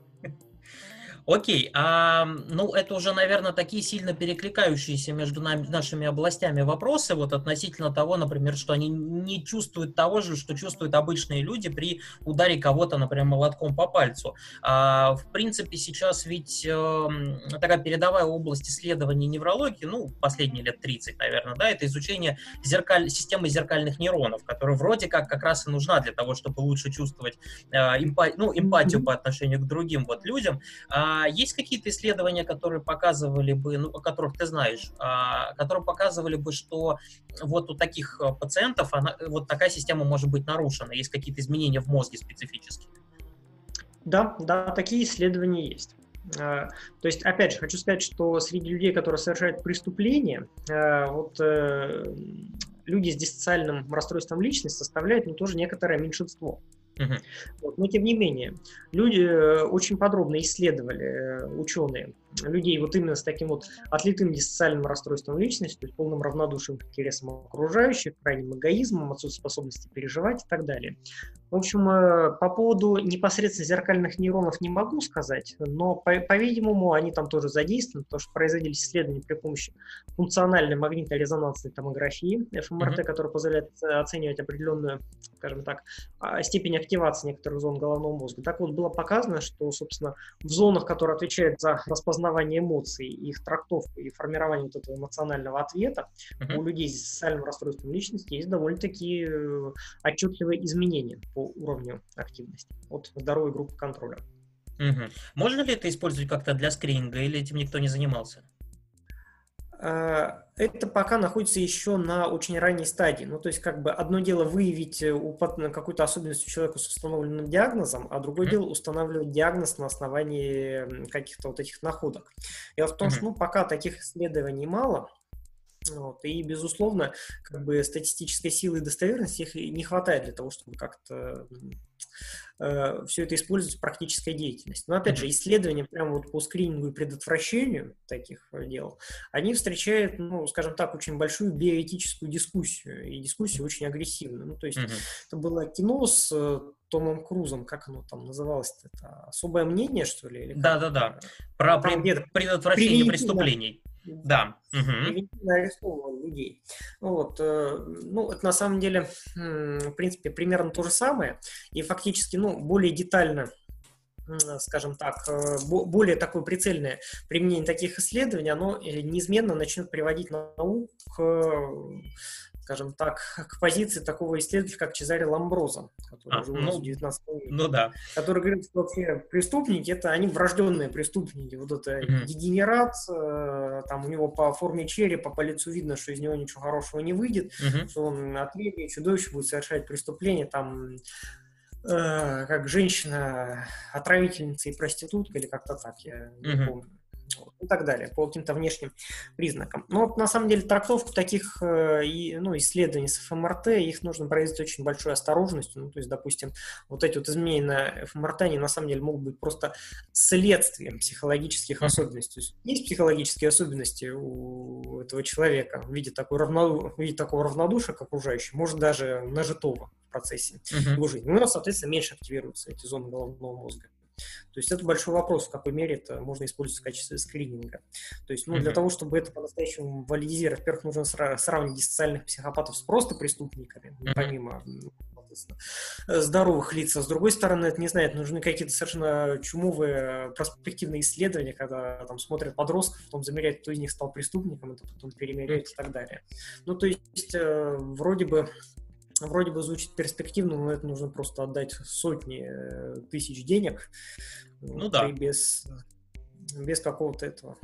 Окей, а, ну, это уже, наверное, такие сильно перекликающиеся между нами, нашими областями вопросы, вот относительно того, например, что они не чувствуют того же, что чувствуют обычные люди при ударе кого-то, например, молотком по пальцу. А, в принципе, сейчас ведь э, такая передовая область исследований неврологии, ну, последние лет тридцать, наверное, да, это изучение зеркаль... системы зеркальных нейронов, которая вроде как как раз и нужна для того, чтобы лучше чувствовать э, эмпа... ну, эмпатию по отношению к другим вот людям. А есть какие-то исследования, которые показывали бы, ну, о которых ты знаешь, а, которые показывали бы, что вот у таких а, пациентов она, вот такая система может быть нарушена, есть какие-то изменения в мозге специфические? Да, да, такие исследования есть. А, То есть, опять же, хочу сказать, что среди людей, которые совершают преступления, а, вот э, люди с диссоциальным расстройством личности составляют, ну, тоже некоторое меньшинство. Мгм. Вот. Но тем не менее, люди э, очень подробно исследовали, э, ученые, людей вот именно с таким вот отлитым диссоциальным расстройством личности, то есть полным равнодушием к интересам окружающих, крайним эгоизмом, отсутствием способности переживать и так далее. В общем, э, по поводу непосредственно зеркальных нейронов не могу сказать, но, по- по-видимому, они там тоже задействованы, потому что производились исследования при помощи функциональной магнитно-резонансной томографии, эф эм эр тэ, Мгм. которая позволяет э, оценивать определенную, скажем так, а, степень активации некоторых зон головного мозга. Так вот, было показано, что, собственно, в зонах, которые отвечают за распознавание эмоций, их трактовку и формирование вот этого эмоционального ответа, у Мгм. людей с социальным расстройством личности есть довольно-таки э, отчетливые изменения по уровню активности от здоровой группы контроля. Мгм. Можно ли это использовать как-то для скрининга, или этим никто не занимался? А, Это пока находится еще на очень ранней стадии. Ну, то есть, как бы одно дело выявить э, у пат- какую-то особенность у человека с установленным диагнозом, а другое Мгм. дело устанавливать диагноз на основании м, каких-то вот этих находок. Дело в том, что, Мгм. ну, пока таких исследований мало, вот, и, безусловно, как бы статистической силы и достоверности их и не хватает для того, чтобы как-то м, э, все это используется в практической деятельности. Но, опять же, исследования прямо вот по скринингу и предотвращению таких дел, они встречают, ну, скажем так, очень большую биоэтическую дискуссию, и дискуссию очень агрессивную. Ну, то есть mm-hmm. это было кино с э, Томом Крузом, как оно там называлось? Это «Особое мнение», что ли? Да-да-да, про там пред... предотвращение преступлений. Да, превентивно арестовывал людей. Вот, ну, это на самом деле, в принципе, примерно то же самое. И фактически, ну, более детально, скажем так, более такое прицельное применение таких исследований, оно неизменно начнет приводить науку к, скажем так, к позиции такого исследователя, как Чезаре Ламброзо, который а, жил ну, в девятнадцатом веке, ну, да. который говорит, что вообще преступники, это они врожденные преступники, вот это mm-hmm. дегенерат, э, там у него по форме черепа, по лицу видно, что из него ничего хорошего не выйдет, mm-hmm. что он отребье, чудовище, будет совершать преступления, там, э, как женщина, отравительница и проститутка, или как-то так, я не mm-hmm. помню. И так далее, по каким-то внешним признакам. Но вот, на самом деле трактовку таких э, и, ну, исследований с эф эм эр тэ, их нужно произвести очень большой осторожностью. Ну, то есть, допустим, вот эти вот изменения на эф эм эр тэ, они на самом деле могут быть просто следствием психологических mm-hmm. особенностей. То есть, есть психологические особенности у этого человека в виде, такой равноду... в виде такого равнодушия к окружающим, может даже нажитого в процессе mm-hmm. его жизни. У него, соответственно, меньше активируются эти зоны головного мозга. То есть это большой вопрос, в какой мере это можно использовать в качестве скрининга. То есть, ну, для mm-hmm. того, чтобы это по-настоящему валидизировать, во-первых, нужно сра- сравнить диссоциальных психопатов с просто преступниками, mm-hmm. помимо здоровых лиц. А с другой стороны, это не знаю, нужны какие-то совершенно чумовые проспективные исследования, когда там смотрят подростков, потом замеряют, кто из них стал преступником, это потом перемеряют mm-hmm. и так далее. Ну, то есть, э, вроде бы Вроде бы звучит перспективно, но это нужно просто отдать сотни тысяч денег. Ну да. И без, без какого-то этого.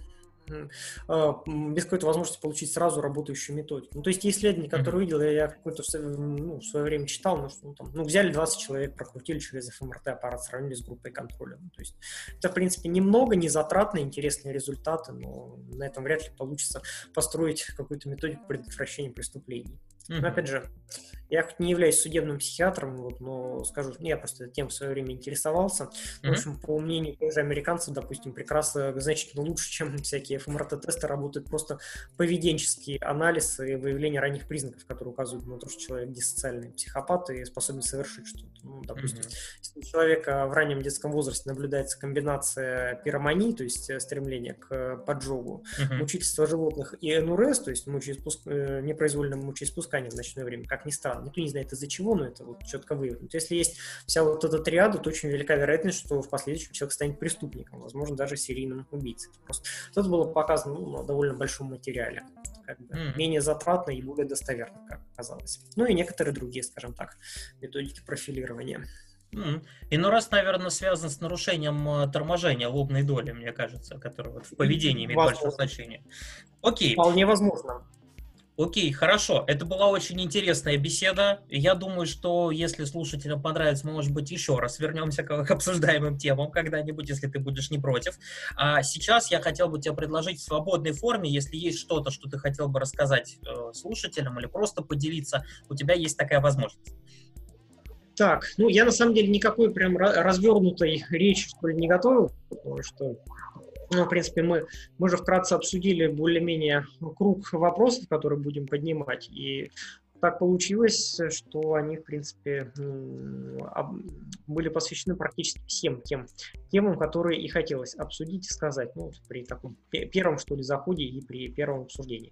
Без какой-то возможности получить сразу работающую методику. Ну, то есть, исследования, которые mm-hmm. видел, я какое-то ну, в свое время читал, ну, что, ну, там, ну, взяли двадцать человек, прокрутили через эф эм эр тэ аппарат, сравнили с группой контроля. Ну, то есть, это, в принципе, немного, не затратно, интересные результаты, но на этом вряд ли получится построить какую-то методику предотвращения преступлений. Mm-hmm. Но, опять же, я хоть не являюсь судебным психиатром, вот, но скажу, я просто этой темой в свое время интересовался. Mm-hmm. В общем, по мнению тех же американцев, допустим, прекрасно, значительно лучше, чем всякие эф эм эр тэ-тесты, работает просто поведенческий анализ и выявление ранних признаков, которые указывают на то, что человек диссоциальный психопат и способен совершить что-то. Ну, допустим, mm-hmm. если у человека в раннем детском возрасте наблюдается комбинация пиромании, то есть стремление к поджогу, mm-hmm. мучительства животных и эн эр эс, то есть мучеиспуск... непроизвольное мучеиспускание в ночное время, как ни странно. Никто не знает из-за чего, но это вот четко выявлено. Если есть вся вот эта триада, то очень велика вероятность, что в последующем человек станет преступником, возможно, даже серийным убийцей. Это, просто... это было показано ну, на довольно большом материале. Как бы, mm-hmm. менее затратно и более достоверно, как оказалось. Ну и некоторые другие, скажем так, методики профилирования. Mm-hmm. Иной раз, наверное, связано с нарушением торможения лобной доли, мне кажется, которое вот в поведении имеет возможно. большое значение. Окей. Вполне возможно. Окей, хорошо. Это была очень интересная беседа. Я думаю, что если слушателям понравится, мы, может быть, еще раз вернемся к обсуждаемым темам когда-нибудь, если ты будешь не против. А сейчас я хотел бы тебе предложить в свободной форме, если есть что-то, что ты хотел бы рассказать э, слушателям или просто поделиться, у тебя есть такая возможность. Так, ну я на самом деле никакой прям развернутой речи, что ли, не готовил, потому что Ну, в принципе, мы, мы же вкратце обсудили более-менее круг вопросов, которые будем поднимать, и так получилось, что они, в принципе, были посвящены практически всем тем темам, которые и хотелось обсудить и сказать, ну, при таком первом, что ли, заходе и при первом обсуждении.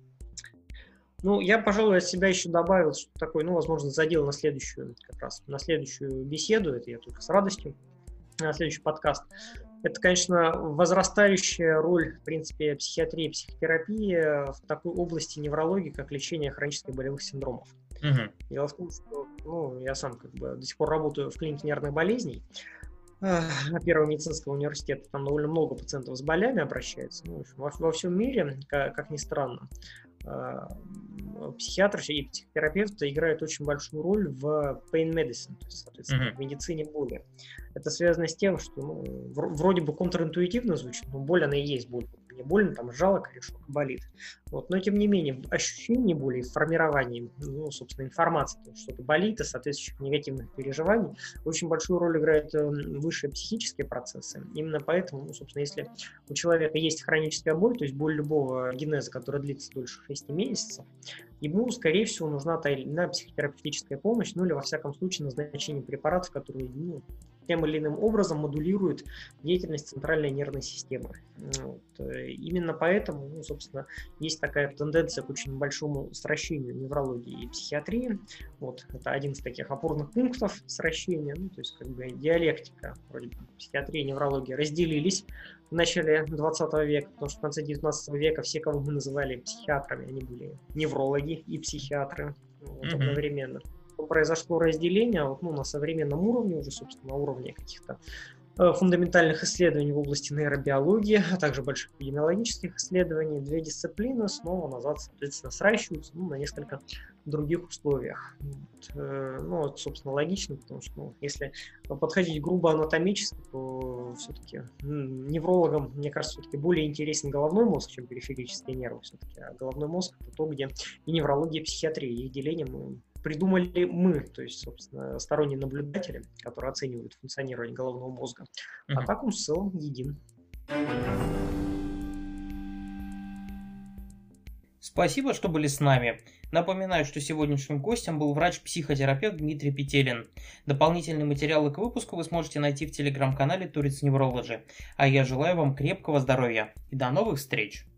Ну, я, пожалуй, от себя еще добавил, что такое, ну, возможно, задел на следующую, как раз, на следующую беседу, это я только с радостью, на следующий подкаст. Это, конечно, возрастающая роль, в принципе, психиатрии и психотерапии в такой области неврологии, как лечение хронических болевых синдромов. Угу. Дело в том, что ну, я сам как бы до сих пор работаю в клинике нервных болезней на Первого медицинского университета. Там довольно много пациентов с болями обращаются. Ну, в общем, во, во всем мире, как, как ни странно, психиатры и психотерапевты играют очень большую роль в pain medicine, то есть, соответственно, mm-hmm. в медицине боли. Это связано с тем, что ну, вроде бы контринтуитивно звучит, но боль, она и есть боль. мне больно, там сжало корешок, болит. Вот. Но, тем не менее, в ощущении боли, в формировании, ну, собственно, информации, что что-то болит, и соответствующих негативных переживаний, очень большую роль играют высшие психические процессы. Именно поэтому, ну, собственно, если у человека есть хроническая боль, то есть боль любого генеза, которая длится дольше шести месяцев, ему, скорее всего, нужна та или иная психотерапевтическая помощь, ну или, во всяком случае, назначение препаратов, которые, ну, тем или иным образом модулируют деятельность центральной нервной системы. Вот. Именно поэтому, ну, собственно, есть такая тенденция к очень большому сращению неврологии и психиатрии. Вот. Это один из таких опорных пунктов сращения, ну, то есть как бы диалектика, вроде бы, психиатрия и неврология разделились в начале двадцатого века, потому что в конце девятнадцатого века все, кого мы называли психиатрами, они были неврологи и психиатры вот, mm-hmm. одновременно. Произошло разделение вот, ну, на современном уровне, уже, собственно, на уровне каких-то э, фундаментальных исследований в области нейробиологии, а также больших эпидемиологических исследований. Две дисциплины снова назад, соответственно, сращиваются, ну, на несколько других условиях. Вот, э, ну, вот, собственно, логично, потому что, ну, если подходить грубо анатомически, то все-таки м, неврологам, мне кажется, все-таки более интересен головной мозг, чем периферические нервы. Все-таки. А головной мозг — это то, где и неврология, и психиатрия, их деление мы придумали мы, то есть, собственно, сторонние наблюдатели, которые оценивают функционирование головного мозга. Mm-hmm. А так он в целом един. Спасибо, что были с нами. Напоминаю, что сегодняшним гостем был врач-психотерапевт Дмитрий Петелин. Дополнительные материалы к выпуску вы сможете найти в телеграм-канале Turits Neurology. А я желаю вам крепкого здоровья и до новых встреч!